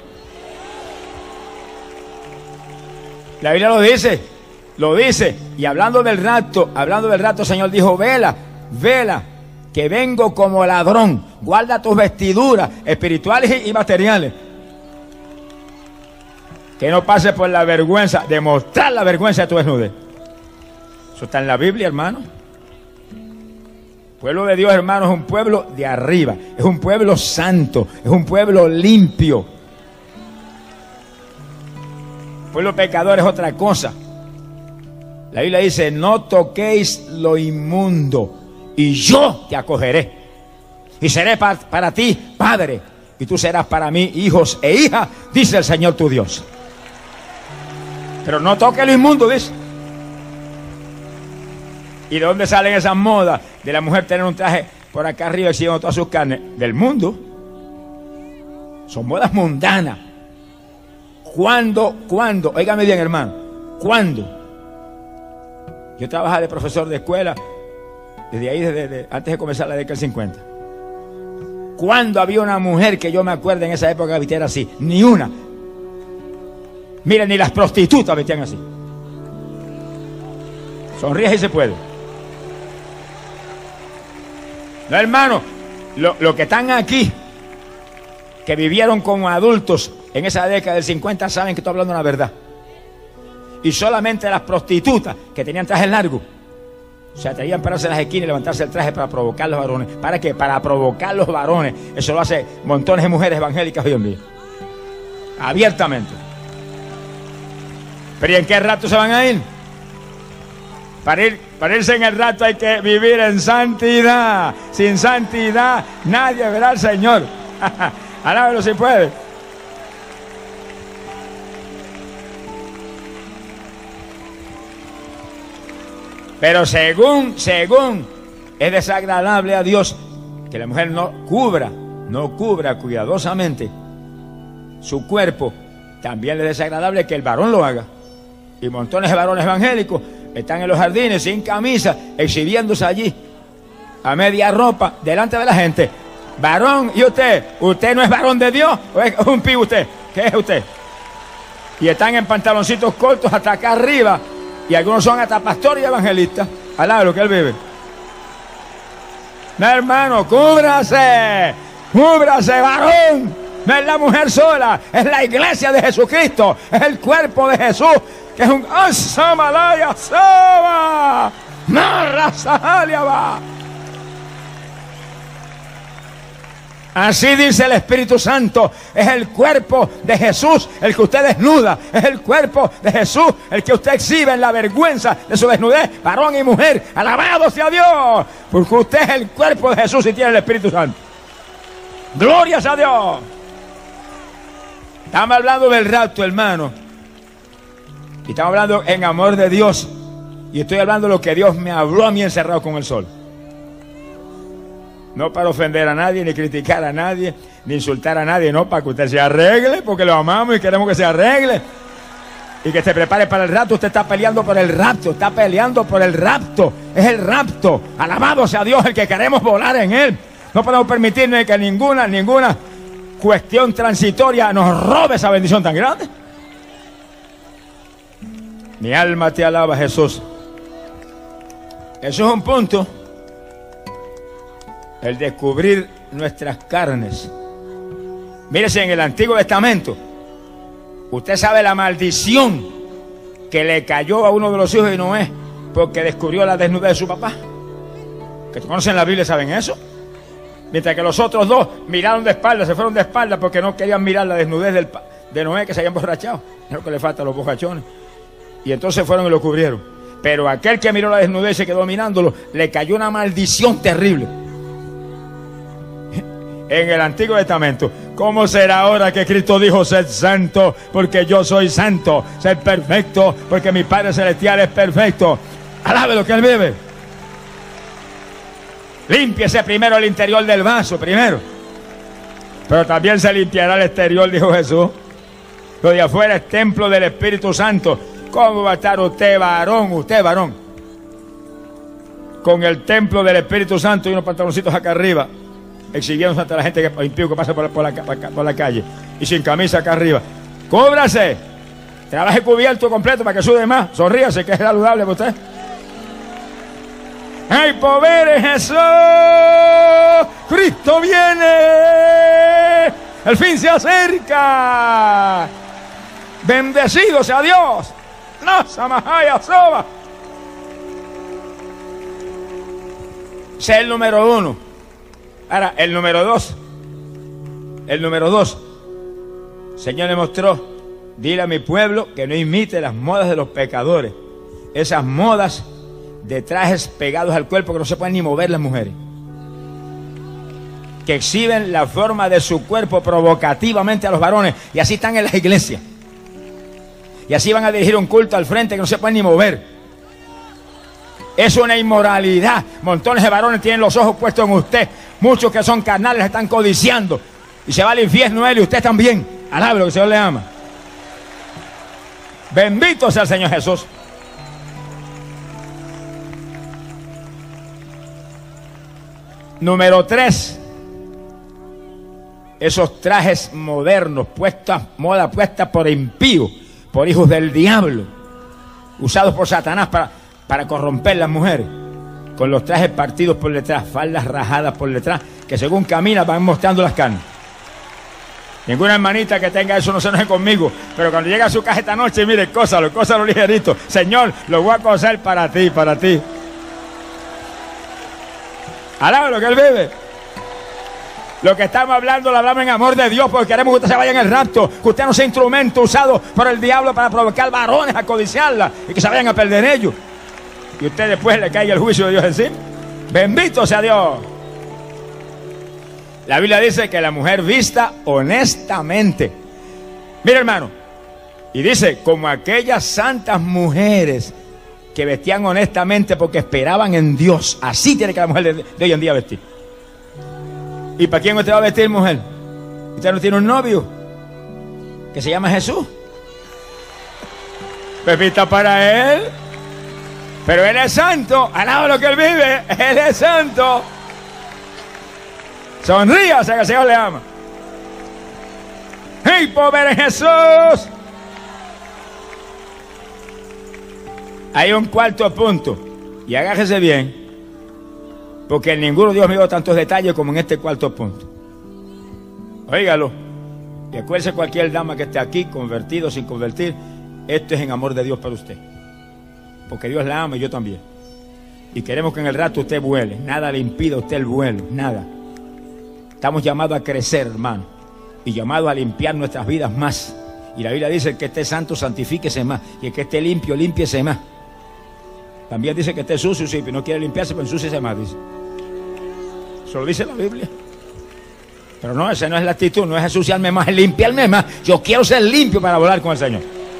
La Biblia lo dice. Lo dice. Y hablando del rapto, el Señor dijo, vela, vela, que vengo como ladrón. Guarda tus vestiduras espirituales y materiales. Que no pases por la vergüenza, demostrar la vergüenza de tu desnudez. Eso está en la Biblia, hermano. El pueblo de Dios, hermano, es un pueblo de arriba. Es un pueblo santo. Es un pueblo limpio. El pueblo pecador es otra cosa. La Biblia dice, no toquéis lo inmundo y yo te acogeré. Y seré para ti padre y tú serás para mí hijos e hijas, dice el Señor tu Dios. Pero no toque lo inmundo, dice. ¿Y de dónde salen esas modas de la mujer tener un traje por acá arriba exhibiendo todas sus carnes? Del mundo. Son modas mundanas. ¿Cuándo? Óigame bien, hermano. ¿Cuándo? Yo trabajaba de profesor de escuela desde ahí, desde antes de comenzar la década del 50. ¿Cuándo había una mujer que yo me acuerdo en esa época que vistiera así? Ni una. Miren, ni las prostitutas vestían así. Sonríe si se puede. No, hermano, lo que están aquí, que vivieron como adultos en esa década del 50, saben que estoy hablando la verdad. Y solamente las prostitutas que tenían trajes largos se atrevían a pararse en las esquinas y levantarse el traje para provocar a los varones. ¿Para qué? Para provocar a los varones. Eso lo hace montones de mujeres evangélicas hoy en día. Abiertamente. ¿Pero y en qué rato se van a ir? Para irse en el rato hay que vivir en santidad. Sin santidad nadie verá al Señor. Alábelo si puede. Pero según es desagradable a Dios que la mujer no cubra cuidadosamente su cuerpo, también es desagradable que el varón lo haga. Y montones de varones evangélicos están en los jardines sin camisa, exhibiéndose allí a media ropa delante de la gente. Varón, ¿y usted no es varón de Dios o es un pibe usted? ¿Qué es usted? Y están en pantaloncitos cortos hasta acá arriba. Y algunos son hasta pastores y evangelistas. Alá lo que él vive. No, hermano, cúbrase, varón. No es la mujer sola, es la iglesia de Jesucristo, es el cuerpo de Jesús, que es un asamalaya saba, marrasalia. Así dice el Espíritu Santo, es el cuerpo de Jesús el que usted desnuda, es el cuerpo de Jesús el que usted exhibe en la vergüenza de su desnudez, varón y mujer, alabado sea Dios, porque usted es el cuerpo de Jesús y tiene el Espíritu Santo. Glorias a Dios. Estamos hablando del rapto, hermano, y estamos hablando en amor de Dios, y estoy hablando de lo que Dios me habló a mí encerrado con el sol. No para ofender a nadie, ni criticar a nadie, ni insultar a nadie, no, para que usted se arregle, porque lo amamos y queremos que se arregle. Y que se prepare para el rapto. Usted está peleando por el rapto, está peleando por el rapto. Es el rapto. Alabado sea Dios, el que queremos volar en él. No podemos permitirnos que ninguna cuestión transitoria nos robe esa bendición tan grande. Mi alma te alaba, Jesús. Eso es un punto. El descubrir nuestras carnes. Mírese, en el Antiguo Testamento, usted sabe la maldición que le cayó a uno de los hijos de Noé porque descubrió la desnudez de su papá. Que conocen la Biblia, ¿saben eso? Mientras que los otros dos miraron de espalda, se fueron de espalda porque no querían mirar la desnudez de Noé, que se había emborrachado. Es lo que le falta a los bocachones. Y entonces fueron y lo cubrieron. Pero aquel que miró la desnudez y se quedó mirándolo, le cayó una maldición terrible. En el Antiguo Testamento, ¿cómo será ahora que Cristo dijo: sed santo porque yo soy santo, sed perfecto porque mi Padre Celestial es perfecto? Alabe lo que Él vive. Límpiese primero el interior del vaso, primero. Pero también se limpiará el exterior, dijo Jesús. Lo de afuera es templo del Espíritu Santo. ¿Cómo va a estar usted varón, con el templo del Espíritu Santo y unos pantaloncitos acá arriba, exhibiéndose ante la gente impío que pasa por la calle, y sin camisa acá arriba? ¡Cúbrase! Trabaje cubierto completo para que sude más. Sonríase, que es saludable para usted. ¡Ay, pobre Jesús! ¡Cristo viene! ¡El fin se acerca! ¡Bendecido sea Dios! ¡No, Samahaya Soba! Ese es el número 1. Ahora, el número 2. El número 2. El Señor le mostró: dile a mi pueblo que no imite las modas de los pecadores. Esas modas de trajes pegados al cuerpo que no se pueden ni mover las mujeres, que exhiben la forma de su cuerpo provocativamente a los varones, y así están en las iglesias, y así van a dirigir un culto al frente que no se pueden ni mover. Es una inmoralidad. Montones de varones tienen los ojos puestos en usted, muchos que son carnales están codiciando, y se va al infierno él y usted también. Alabe lo que el Señor le ama. Bendito sea el Señor Jesús. Número 3. Esos trajes modernos, moda puesta por impíos, por hijos del diablo, usados por Satanás para corromper las mujeres, con los trajes partidos por detrás, faldas rajadas por detrás, que según caminan van mostrando las carnes. Ninguna hermanita que tenga eso no se enoje conmigo, pero cuando llega a su casa esta noche, mire, cósalo ligerito. Señor, lo voy a coser para ti. Alaba lo que Él vive. Lo que estamos hablando lo hablamos en amor de Dios, porque queremos que usted se vaya en el rapto, que usted no sea instrumento usado por el diablo para provocar varones a codiciarla y que se vayan a perder ellos, y usted después le caiga el juicio de Dios encima. Bendito sea Dios. La Biblia dice que la mujer vista honestamente. Mira, hermano, y dice: como aquellas santas mujeres que vestían honestamente porque esperaban en Dios. Así tiene que la mujer de hoy en día vestir. ¿Y para quién usted va a vestir, mujer? Usted no tiene un novio que se llama Jesús. Pues vista para Él. Pero Él es santo. Alaba lo que Él vive. Él es santo. Sonría, o sea que el Señor le ama. ¡Hey, pobre Jesús! Hay un cuarto punto, y agárjese bien, porque en ninguno Dios me dio tantos detalles como en este cuarto punto. Óigalo, y acuérdese, cualquier dama que esté aquí, convertido o sin convertir, esto es en amor de Dios para usted, porque Dios la ama y yo también, y queremos que en el rato usted vuele. Nada le impida a usted el vuelo, nada. Estamos llamados a crecer, hermano, y llamados a limpiar nuestras vidas más. Y la Biblia dice: que esté santo, santifíquese más, y el que esté limpio, límpiese más. También dice que esté sucio, sí, pero no quiere limpiarse, pero ensúciese más, dice. Eso lo dice la Biblia. Pero no, esa no es la actitud, no es ensuciarme más, es limpiarme más. Yo quiero ser limpio para volar con el Señor.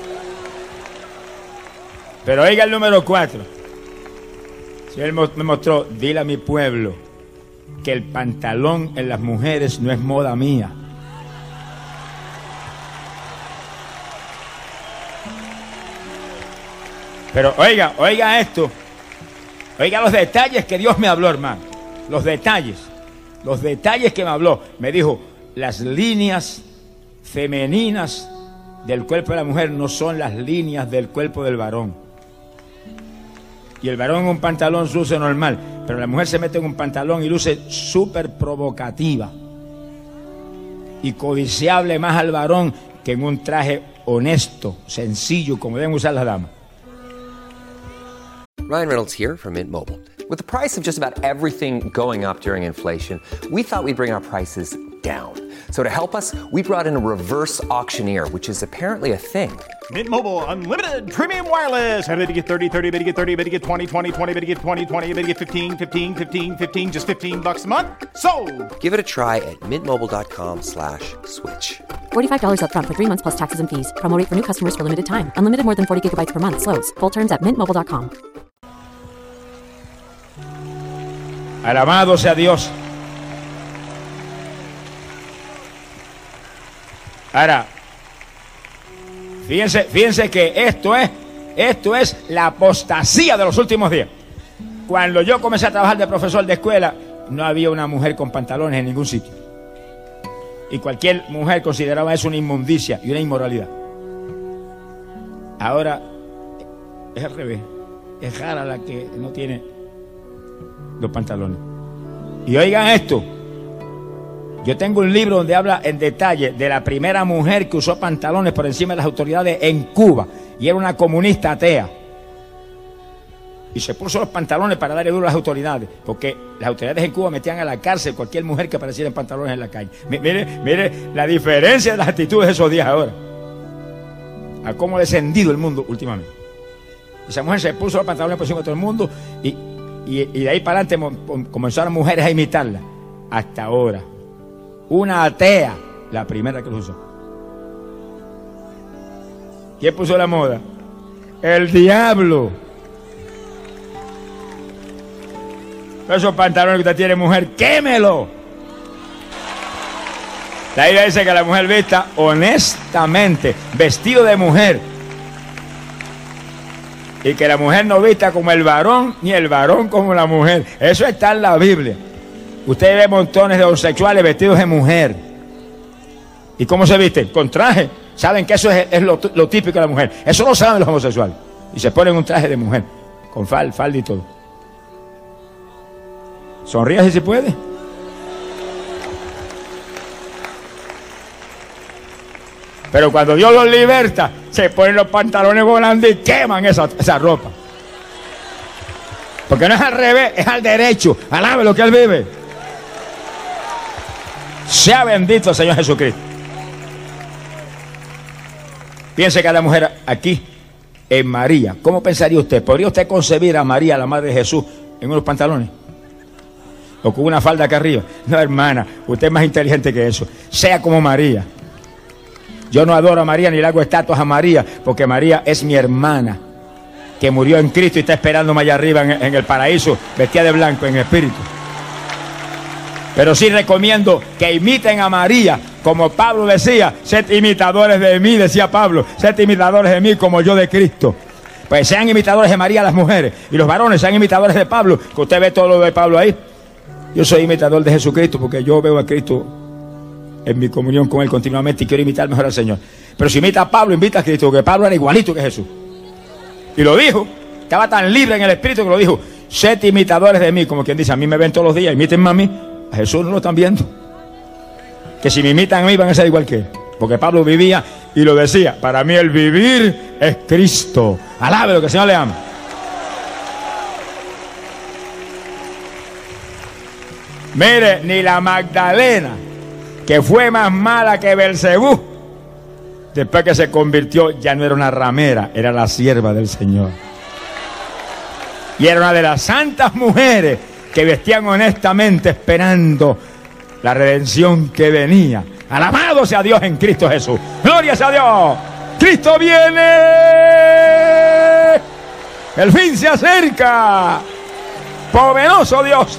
Pero oiga el número 4. Si Él me mostró: dile a mi pueblo que el pantalón en las mujeres no es moda mía. Pero oiga esto. Oiga los detalles que Dios me habló, hermano. Los detalles que me habló. Me dijo: las líneas femeninas del cuerpo de la mujer no son las líneas del cuerpo del varón. Y el varón en un pantalón luce normal, pero la mujer se mete en un pantalón y luce súper provocativa y codiciable más al varón que en un traje honesto, sencillo, como deben usar las damas.
Ryan Reynolds here from Mint Mobile. With the price of just about everything going up during inflation, we thought we'd bring our prices down. So to help us, we brought in a reverse auctioneer, which is apparently a thing.
Mint Mobile Unlimited Premium Wireless. How to get 30, 30, bit to get 30, bit to get 20, 20, 20, bit to get 20, 20, bit to get 15, 15, 15, 15, just $15 a month? Sold!
Give it a try at mintmobile.com/switch.
$45 up front for 3 months plus taxes and fees. Promo rate for new customers for limited time. Unlimited more than 40 gigabytes per month. Slows full terms at mintmobile.com.
Alabado sea Dios. Ahora, fíjense que esto es la apostasía de los últimos días. Cuando yo comencé a trabajar de profesor de escuela, no había una mujer con pantalones en ningún sitio. Y cualquier mujer consideraba eso una inmundicia y una inmoralidad. Ahora es al revés. Es rara la que no tiene los pantalones. Y oigan esto. Yo tengo un libro donde habla en detalle de la primera mujer que usó pantalones por encima de las autoridades en Cuba. Y era una comunista atea. Y se puso los pantalones para darle duro a las autoridades. Porque las autoridades en Cuba metían a la cárcel cualquier mujer que apareciera en pantalones en la calle. Mire la diferencia de las actitudes de esos días ahora. A cómo ha descendido el mundo últimamente. Esa mujer se puso los pantalones por encima de todo el mundo. Y de ahí para adelante comenzaron mujeres a imitarla. Hasta ahora. Una atea, la primera que lo usó. ¿Quién puso la moda? El diablo. Esos pantalones que usted tiene, mujer, quémelo. La Biblia dice que la mujer vista honestamente, vestido de mujer. Y que la mujer no vista como el varón, ni el varón como la mujer. Eso está en la Biblia. Usted ve montones de homosexuales vestidos de mujer. ¿Y cómo se visten? Con traje. Saben que eso es lo típico de la mujer. Eso lo saben los homosexuales. Y se ponen un traje de mujer. Con falda y todo. Sonríe si se puede. Pero cuando Dios los liberta, se ponen los pantalones volando y queman esa ropa. Porque no es al revés, es al derecho. Alabe lo que Él vive. Sea bendito el Señor Jesucristo. Piense cada mujer aquí en María. ¿Cómo pensaría usted? ¿Podría usted concebir a María, la madre de Jesús, en unos pantalones? ¿O con una falda acá arriba? No, hermana, usted es más inteligente que eso. Sea como María. Yo no adoro a María ni le hago estatuas a María, porque María es mi hermana, que murió en Cristo y está esperándome allá arriba en el paraíso, vestida de blanco en espíritu. Pero sí recomiendo que imiten a María, como Pablo decía, sed imitadores de mí, decía Pablo, sed imitadores de mí como yo de Cristo. Pues sean imitadores de María las mujeres, y los varones sean imitadores de Pablo, que usted ve todo lo de Pablo ahí. Yo soy imitador de Jesucristo porque yo veo a Cristo en mi comunión con Él continuamente y quiero imitar mejor al Señor. Pero si imita a Pablo, invita a Cristo, porque Pablo era igualito que Jesús. Y lo dijo, estaba tan libre en el espíritu que lo dijo, sed imitadores de mí, como quien dice, a mí me ven todos los días, imítenme a mí. A Jesús no lo están viendo. Que si me imitan a mí van a ser igual que Él. Porque Pablo vivía y lo decía, para mí el vivir es Cristo. Alabe lo que el Señor le ama. Mire, ni la Magdalena, que fue más mala que Belcebú, después que se convirtió, ya no era una ramera, era la sierva del Señor. Y era una de las santas mujeres que vestían honestamente esperando la redención que venía. Alabado sea Dios en Cristo Jesús. Gloria sea a Dios. Cristo viene. El fin se acerca. Poderoso Dios.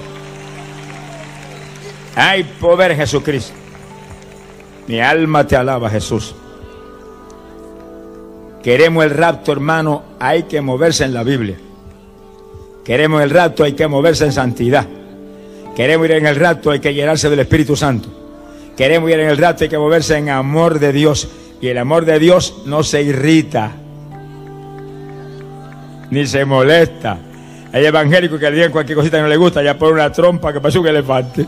Hay poder en Jesucristo. Mi alma te alaba, Jesús. Queremos el rapto, hermano, hay que moverse en la Biblia. Queremos el rapto, hay que moverse en santidad. Queremos ir en el rapto, hay que llenarse del Espíritu Santo. Queremos ir en el rapto, hay que moverse en amor de Dios, Y el amor de Dios no se irrita, ni se molesta. Hay evangélicos que le digan cualquier cosita que no le gusta, ya pone una trompa que parece un elefante.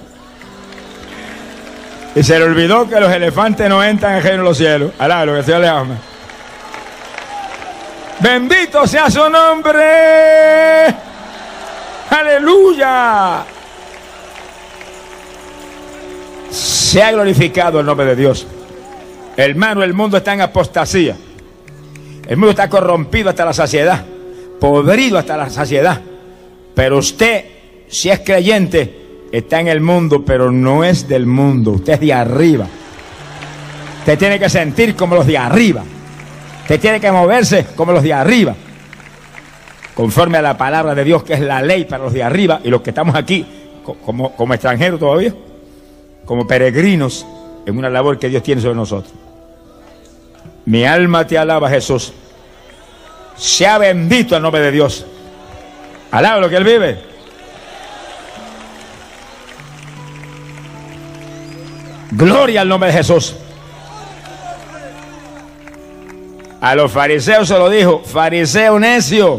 Y se le olvidó que los elefantes no entran en el reino de los cielos. Alá, lo que el Señor le ama. Bendito sea su nombre. Aleluya. Sea glorificado el nombre de Dios. Hermano, el mundo está en apostasía. El mundo está corrompido hasta la saciedad, podrido hasta la saciedad. Pero usted, si es creyente, está en el mundo, pero no es del mundo. Usted es de arriba. Usted tiene que sentir como los de arriba. Usted tiene que moverse como los de arriba, conforme a la palabra de Dios, que es la ley para los de arriba. Y los que estamos aquí como extranjeros todavía, como peregrinos en una labor que Dios tiene sobre nosotros. Mi alma te alaba, Jesús. Sea bendito el nombre de Dios. Alaba lo que Él vive. Gloria al nombre de Jesús. A los fariseos se lo dijo: fariseo necio,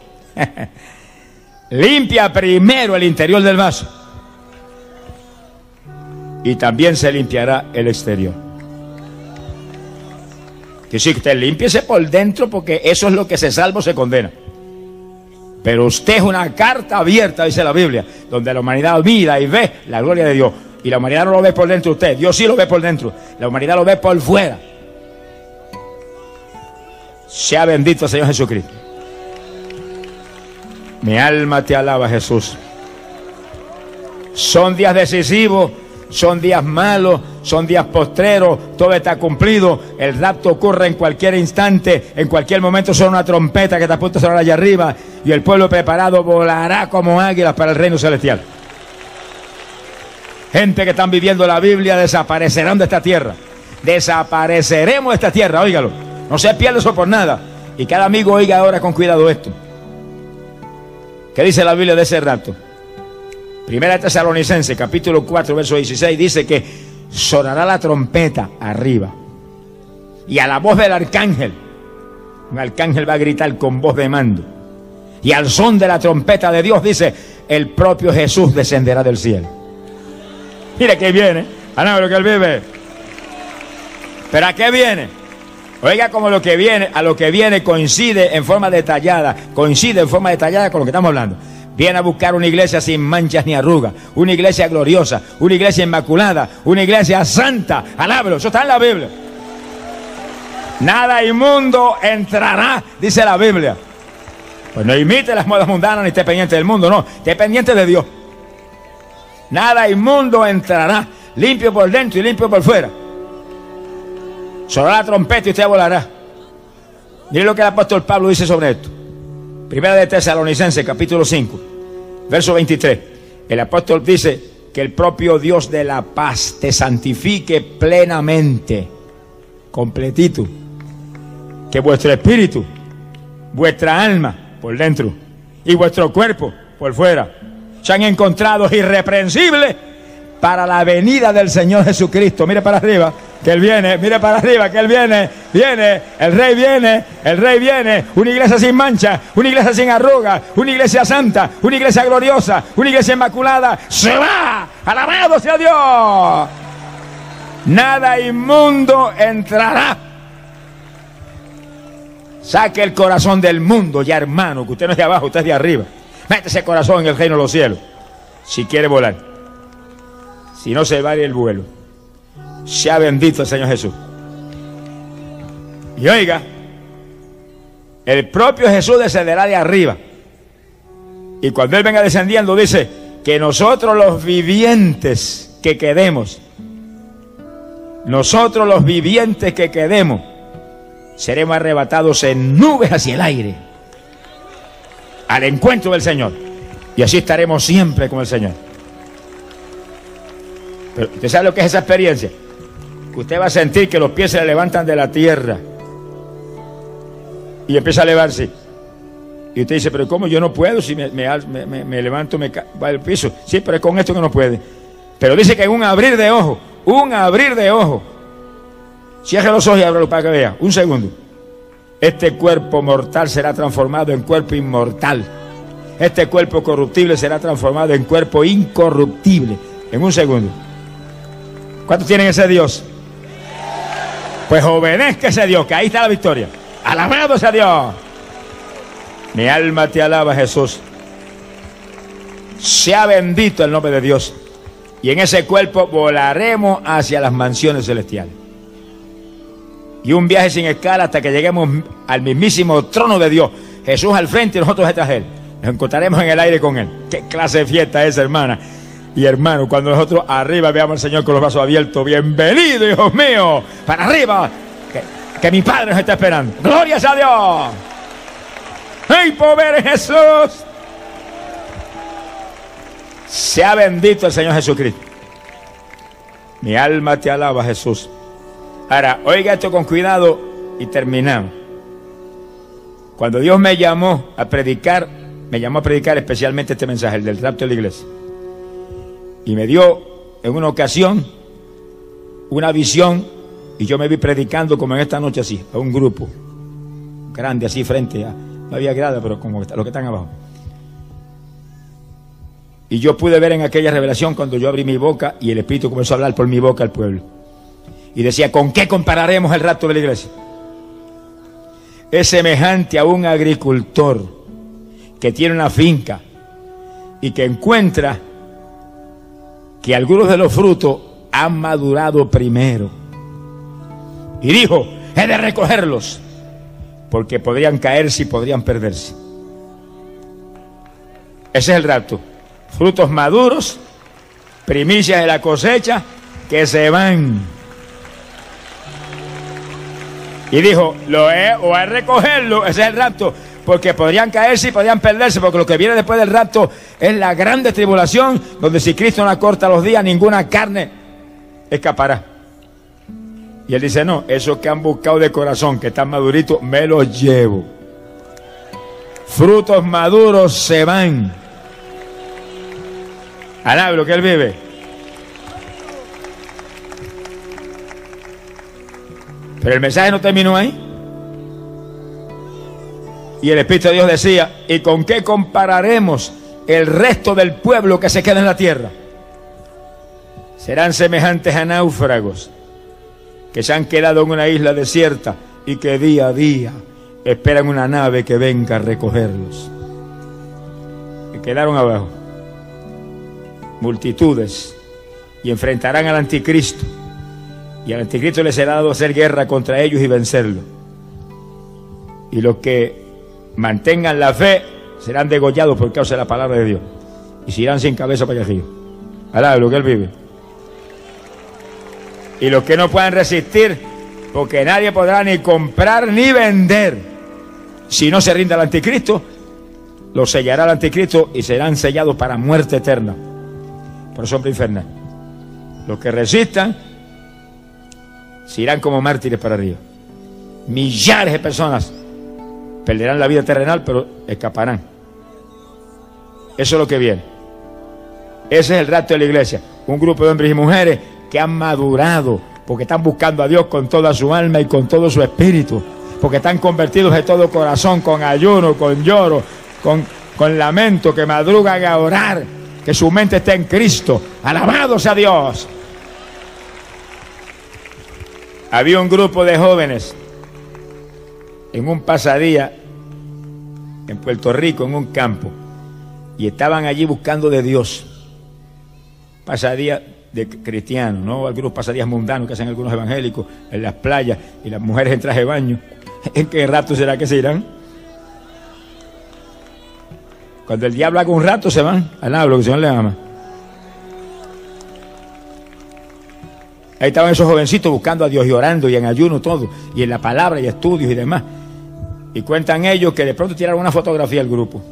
limpia primero el interior del vaso y también se limpiará el exterior. Que si usted límpiese por dentro, porque eso es lo que se salva o se condena. Pero usted es una carta abierta, dice la Biblia, donde la humanidad mira y ve la gloria de Dios. Y la humanidad no lo ve por dentro usted, Dios sí lo ve por dentro. La humanidad lo ve por fuera. Sea bendito el Señor Jesucristo. Mi alma te alaba, Jesús. Son días decisivos, son días malos, son días postreros, todo está cumplido. El rapto ocurre en cualquier instante, en cualquier momento suena una trompeta que está a punto de sonar allá arriba y el pueblo preparado volará como águilas para el reino celestial. Gente que están viviendo la Biblia desaparecerán de esta tierra. Desapareceremos de esta tierra, óigalo. No se pierde eso por nada. Y cada amigo oiga ahora con cuidado esto. ¿Qué dice la Biblia de ese rapto? Primera de Tesalonicenses, capítulo 4, verso 16, dice que sonará la trompeta arriba. Y a la voz del arcángel, un arcángel va a gritar con voz de mando. Y al son de la trompeta de Dios, dice, el propio Jesús descenderá del cielo. Mire que viene, a lo que Él vive. ¿Pero a qué viene? Oiga, como a lo que viene coincide en forma detallada con lo que estamos hablando. Viene a buscar una iglesia sin manchas ni arrugas, una iglesia gloriosa, una iglesia inmaculada, una iglesia santa. Alábelo, eso está en la Biblia. Nada inmundo entrará, dice la Biblia. Pues no imite las modas mundanas ni esté pendiente del mundo, no, esté pendiente de Dios. Nada inmundo entrará, limpio por dentro y limpio por fuera. Sonará la trompeta y usted volará. Mire lo que el apóstol Pablo dice sobre esto. Primera de Tesalonicenses, capítulo 5, verso 23. El apóstol dice que el propio Dios de la paz te santifique plenamente, completito. Que vuestro espíritu, vuestra alma por dentro y vuestro cuerpo por fuera sean encontrados irreprensibles para la venida del Señor Jesucristo. Mire para arriba, que Él viene. Mire para arriba, que Él viene. Viene, el Rey viene. El Rey viene. Una iglesia sin mancha, una iglesia sin arrugas, una iglesia santa, una iglesia gloriosa, una iglesia inmaculada. ¡Se va! ¡Alabado sea Dios! Nada inmundo entrará. Saque el corazón del mundo ya, hermano, que usted no es de abajo, usted es de arriba. Mete ese corazón en el reino de los cielos, si quiere volar. Si no, se va el vuelo. Sea bendito el Señor Jesús. Y oiga, el propio Jesús descenderá de arriba. Y cuando Él venga descendiendo, dice que nosotros los vivientes que quedemos, seremos arrebatados en nubes hacia el aire, al encuentro del Señor. Y así estaremos siempre con el Señor. Pero ¿usted sabe lo que es esa experiencia? Que usted va a sentir que los pies se le levantan de la tierra y empieza a elevarse. Y usted dice, pero ¿cómo? Yo no puedo, si me levanto, va al piso. Sí, pero es con esto que no puede. Pero dice que en un abrir de ojos, Cierre los ojos y ábrelo para que vea. Un segundo. Este cuerpo mortal será transformado en cuerpo inmortal. Este cuerpo corruptible será transformado en cuerpo incorruptible. En un segundo. ¿Cuántos tienen ese Dios? Pues obedezca ese Dios, que ahí está la victoria. Alabado sea Dios. Mi alma te alaba, Jesús. Sea bendito el nombre de Dios. Y en ese cuerpo volaremos hacia las mansiones celestiales. Y un viaje sin escala hasta que lleguemos al mismísimo trono de Dios. Jesús al frente y nosotros detrás de Él. Nos encontraremos en el aire con Él. Qué clase de fiesta es, hermana y hermano, cuando nosotros arriba veamos al Señor con los brazos abiertos. Bienvenido, hijos míos, para arriba, que mi Padre nos está esperando. Gloria a Dios. ¡Ay, pobre Jesús! Sea bendito el Señor Jesucristo. Mi alma te alaba, Jesús. Ahora, oiga esto con cuidado y terminamos. Cuando Dios me llamó a predicar especialmente este mensaje, el del rapto de la iglesia. Y me dio en una ocasión una visión, y yo me vi predicando como en esta noche así, a un grupo grande así frente a, no había grada, pero como los que están abajo. Y yo pude ver en aquella revelación cuando yo abrí mi boca y el Espíritu comenzó a hablar por mi boca al pueblo. Y decía, ¿con qué compararemos el rapto de la iglesia? Es semejante a un agricultor que tiene una finca y que encuentra que algunos de los frutos han madurado primero. Y dijo, he de recogerlos, porque podrían caerse y podrían perderse. Ese es el rapto. Frutos maduros, primicias de la cosecha, que se van. Y dijo, o a recogerlo, ese es el rapto, porque podrían caerse y podrían perderse, porque lo que viene después del rapto es la grande tribulación, donde si Cristo no acorta los días, ninguna carne escapará. Y él dice, no, esos que han buscado de corazón, que están maduritos, me los llevo. Frutos maduros se van. Alaba lo que él vive. Pero el mensaje no terminó ahí. Y el Espíritu de Dios decía, ¿y con qué compararemos el resto del pueblo que se queda en la tierra? Serán semejantes a náufragos que se han quedado en una isla desierta y que día a día esperan una nave que venga a recogerlos. Y quedaron abajo multitudes y enfrentarán al anticristo, y al anticristo le será dado hacer guerra contra ellos y vencerlo. Y los que mantengan la fe serán degollados por causa de la palabra de Dios y se irán sin cabeza para allá arriba. Alá, lo que él vive. Y los que no puedan resistir, porque nadie podrá ni comprar ni vender si no se rinde al anticristo, los sellará el anticristo y serán sellados para muerte eterna por sombra infernal. Los que resistan se irán como mártires para arriba. Millares de personas perderán la vida terrenal, pero escaparán. Eso es lo que viene. Ese es el rapto de la iglesia. Un grupo de hombres y mujeres que han madurado, porque están buscando a Dios con toda su alma y con todo su espíritu, porque están convertidos de todo corazón, con ayuno, con lloro, con lamento, que madrugan a orar, que su mente está en Cristo. Alabado sea Dios. Había un grupo de jóvenes en un pasadía en Puerto Rico, en un campo, y estaban allí buscando de Dios. Pasadía de cristianos, no algunos pasadías mundanos que hacen algunos evangélicos en las playas y las mujeres en traje de baño. ¿En qué rato será que se irán? Cuando el diablo haga un rato se van al hablo, que el Señor le ama. Ahí estaban esos jovencitos buscando a Dios y orando y en ayuno todo, y en la palabra y estudios y demás. Y cuentan ellos que de pronto tiraron una fotografía al grupo.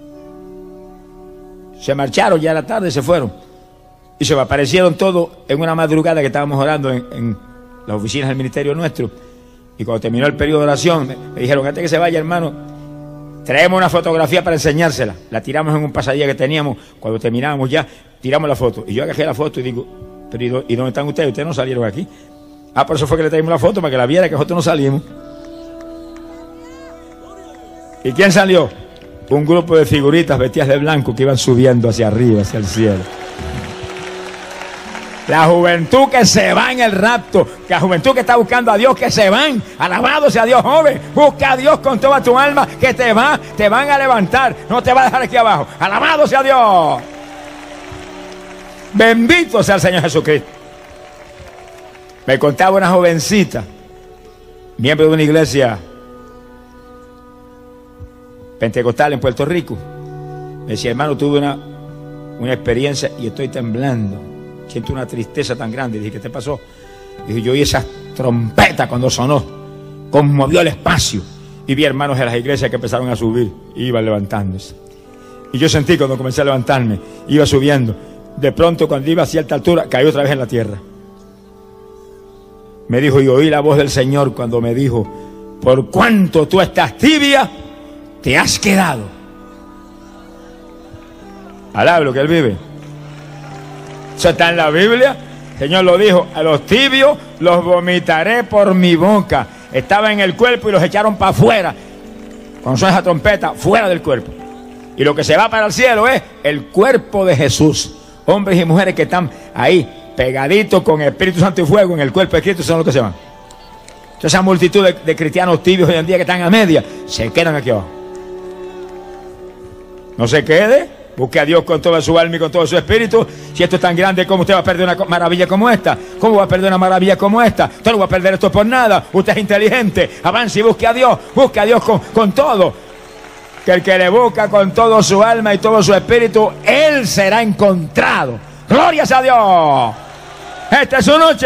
Se marcharon ya a la tarde, se fueron. Y se aparecieron todos en una madrugada que estábamos orando en las oficinas del ministerio nuestro. Y cuando terminó el periodo de oración, me dijeron, antes que se vaya, hermano, traemos una fotografía para enseñársela. La tiramos en un pasadía que teníamos. Cuando terminábamos ya, tiramos la foto. Y yo agarré la foto y digo, pero ¿y dónde están ustedes? Ustedes no salieron aquí. Por eso fue que le traímos la foto, para que la viera, que nosotros no salimos. ¿Y quién salió? Un grupo de figuritas vestidas de blanco que iban subiendo hacia arriba, hacia el cielo. La juventud que se va en el rapto, la juventud que está buscando a Dios, que se van. Alabado sea Dios, joven. Busca a Dios con toda tu alma, que te van a levantar. No te va a dejar aquí abajo. Alabado sea Dios. Bendito sea el Señor Jesucristo. Me contaba una jovencita, miembro de una iglesia pentecostal en Puerto Rico. Me decía, hermano, tuve una experiencia y estoy temblando. Siento una tristeza tan grande. Dije, ¿qué te pasó? Dije, yo oí esa trompeta cuando sonó, conmovió el espacio, y vi hermanos de las iglesias que empezaron a subir, iban levantándose. Y yo sentí cuando comencé a levantarme, iba subiendo. De pronto, cuando iba a cierta altura, caí otra vez en la tierra. Me dijo, y oí la voz del Señor cuando me dijo, por cuanto tú estás tibia, te has quedado. Alaba lo que Él vive. Eso está en la Biblia. El Señor lo dijo, a los tibios los vomitaré por mi boca. Estaba en el cuerpo y los echaron para afuera. Cuando suena esa trompeta, fuera del cuerpo. Y lo que se va para el cielo es el cuerpo de Jesús. Hombres y mujeres que están ahí pegaditos con Espíritu Santo y fuego en el cuerpo de Cristo son los que se van. Entonces esa multitud de cristianos tibios hoy en día que están a media, se quedan aquí abajo. No se quede. Busque a Dios con toda su alma y con todo su espíritu. Si esto es tan grande, ¿cómo usted va a perder una maravilla como esta? ¿Cómo va a perder una maravilla como esta? Usted no va a perder esto por nada. Usted es inteligente. Avance y busque a Dios. Busque a Dios con todo. Que el que le busca con todo su alma y todo su espíritu, Él será encontrado. ¡Glorias a Dios! ¡Esta es su noche!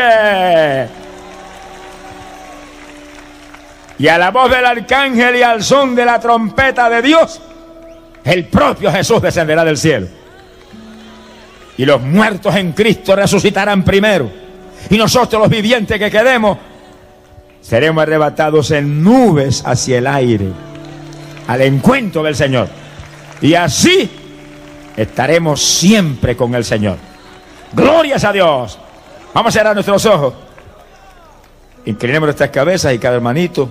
Y a la voz del arcángel y al son de la trompeta de Dios, el propio Jesús descenderá del cielo. Y los muertos en Cristo resucitarán primero. Y nosotros los vivientes que quedemos, seremos arrebatados en nubes hacia el aire, al encuentro del Señor. Y así estaremos siempre con el Señor. ¡Glorias a Dios! Vamos a cerrar nuestros ojos. Inclinemos nuestras cabezas y cada hermanito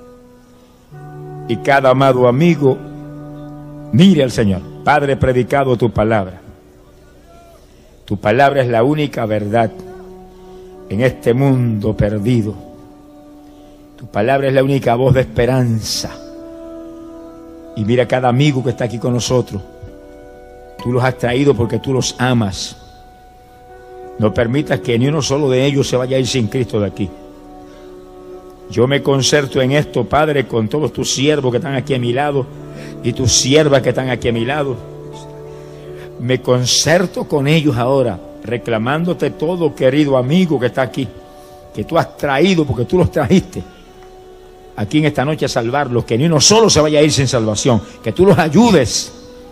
y cada amado amigo mire al Señor. Padre, he predicado tu palabra. Tu palabra es la única verdad en este mundo perdido. Tu palabra es la única voz de esperanza. Y mira a cada amigo que está aquí con nosotros. Tú los has traído porque tú los amas. No permitas que ni uno solo de ellos se vaya a ir sin Cristo de aquí. Yo me concerto en esto, Padre, con todos tus siervos que están aquí a mi lado y tus siervas que están aquí a mi lado. Me concerto con ellos ahora, reclamándote todo, querido amigo que está aquí, que tú has traído porque tú los trajiste aquí en esta noche a salvarlos, que ni uno solo se vaya a ir sin salvación, que tú los ayudes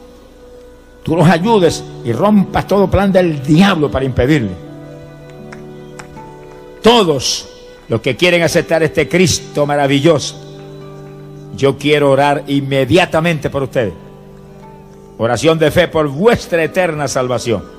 y rompas todo plan del diablo para impedirle. Todos los que quieren aceptar este Cristo maravilloso, yo quiero orar inmediatamente por ustedes. Oración de fe por vuestra eterna salvación.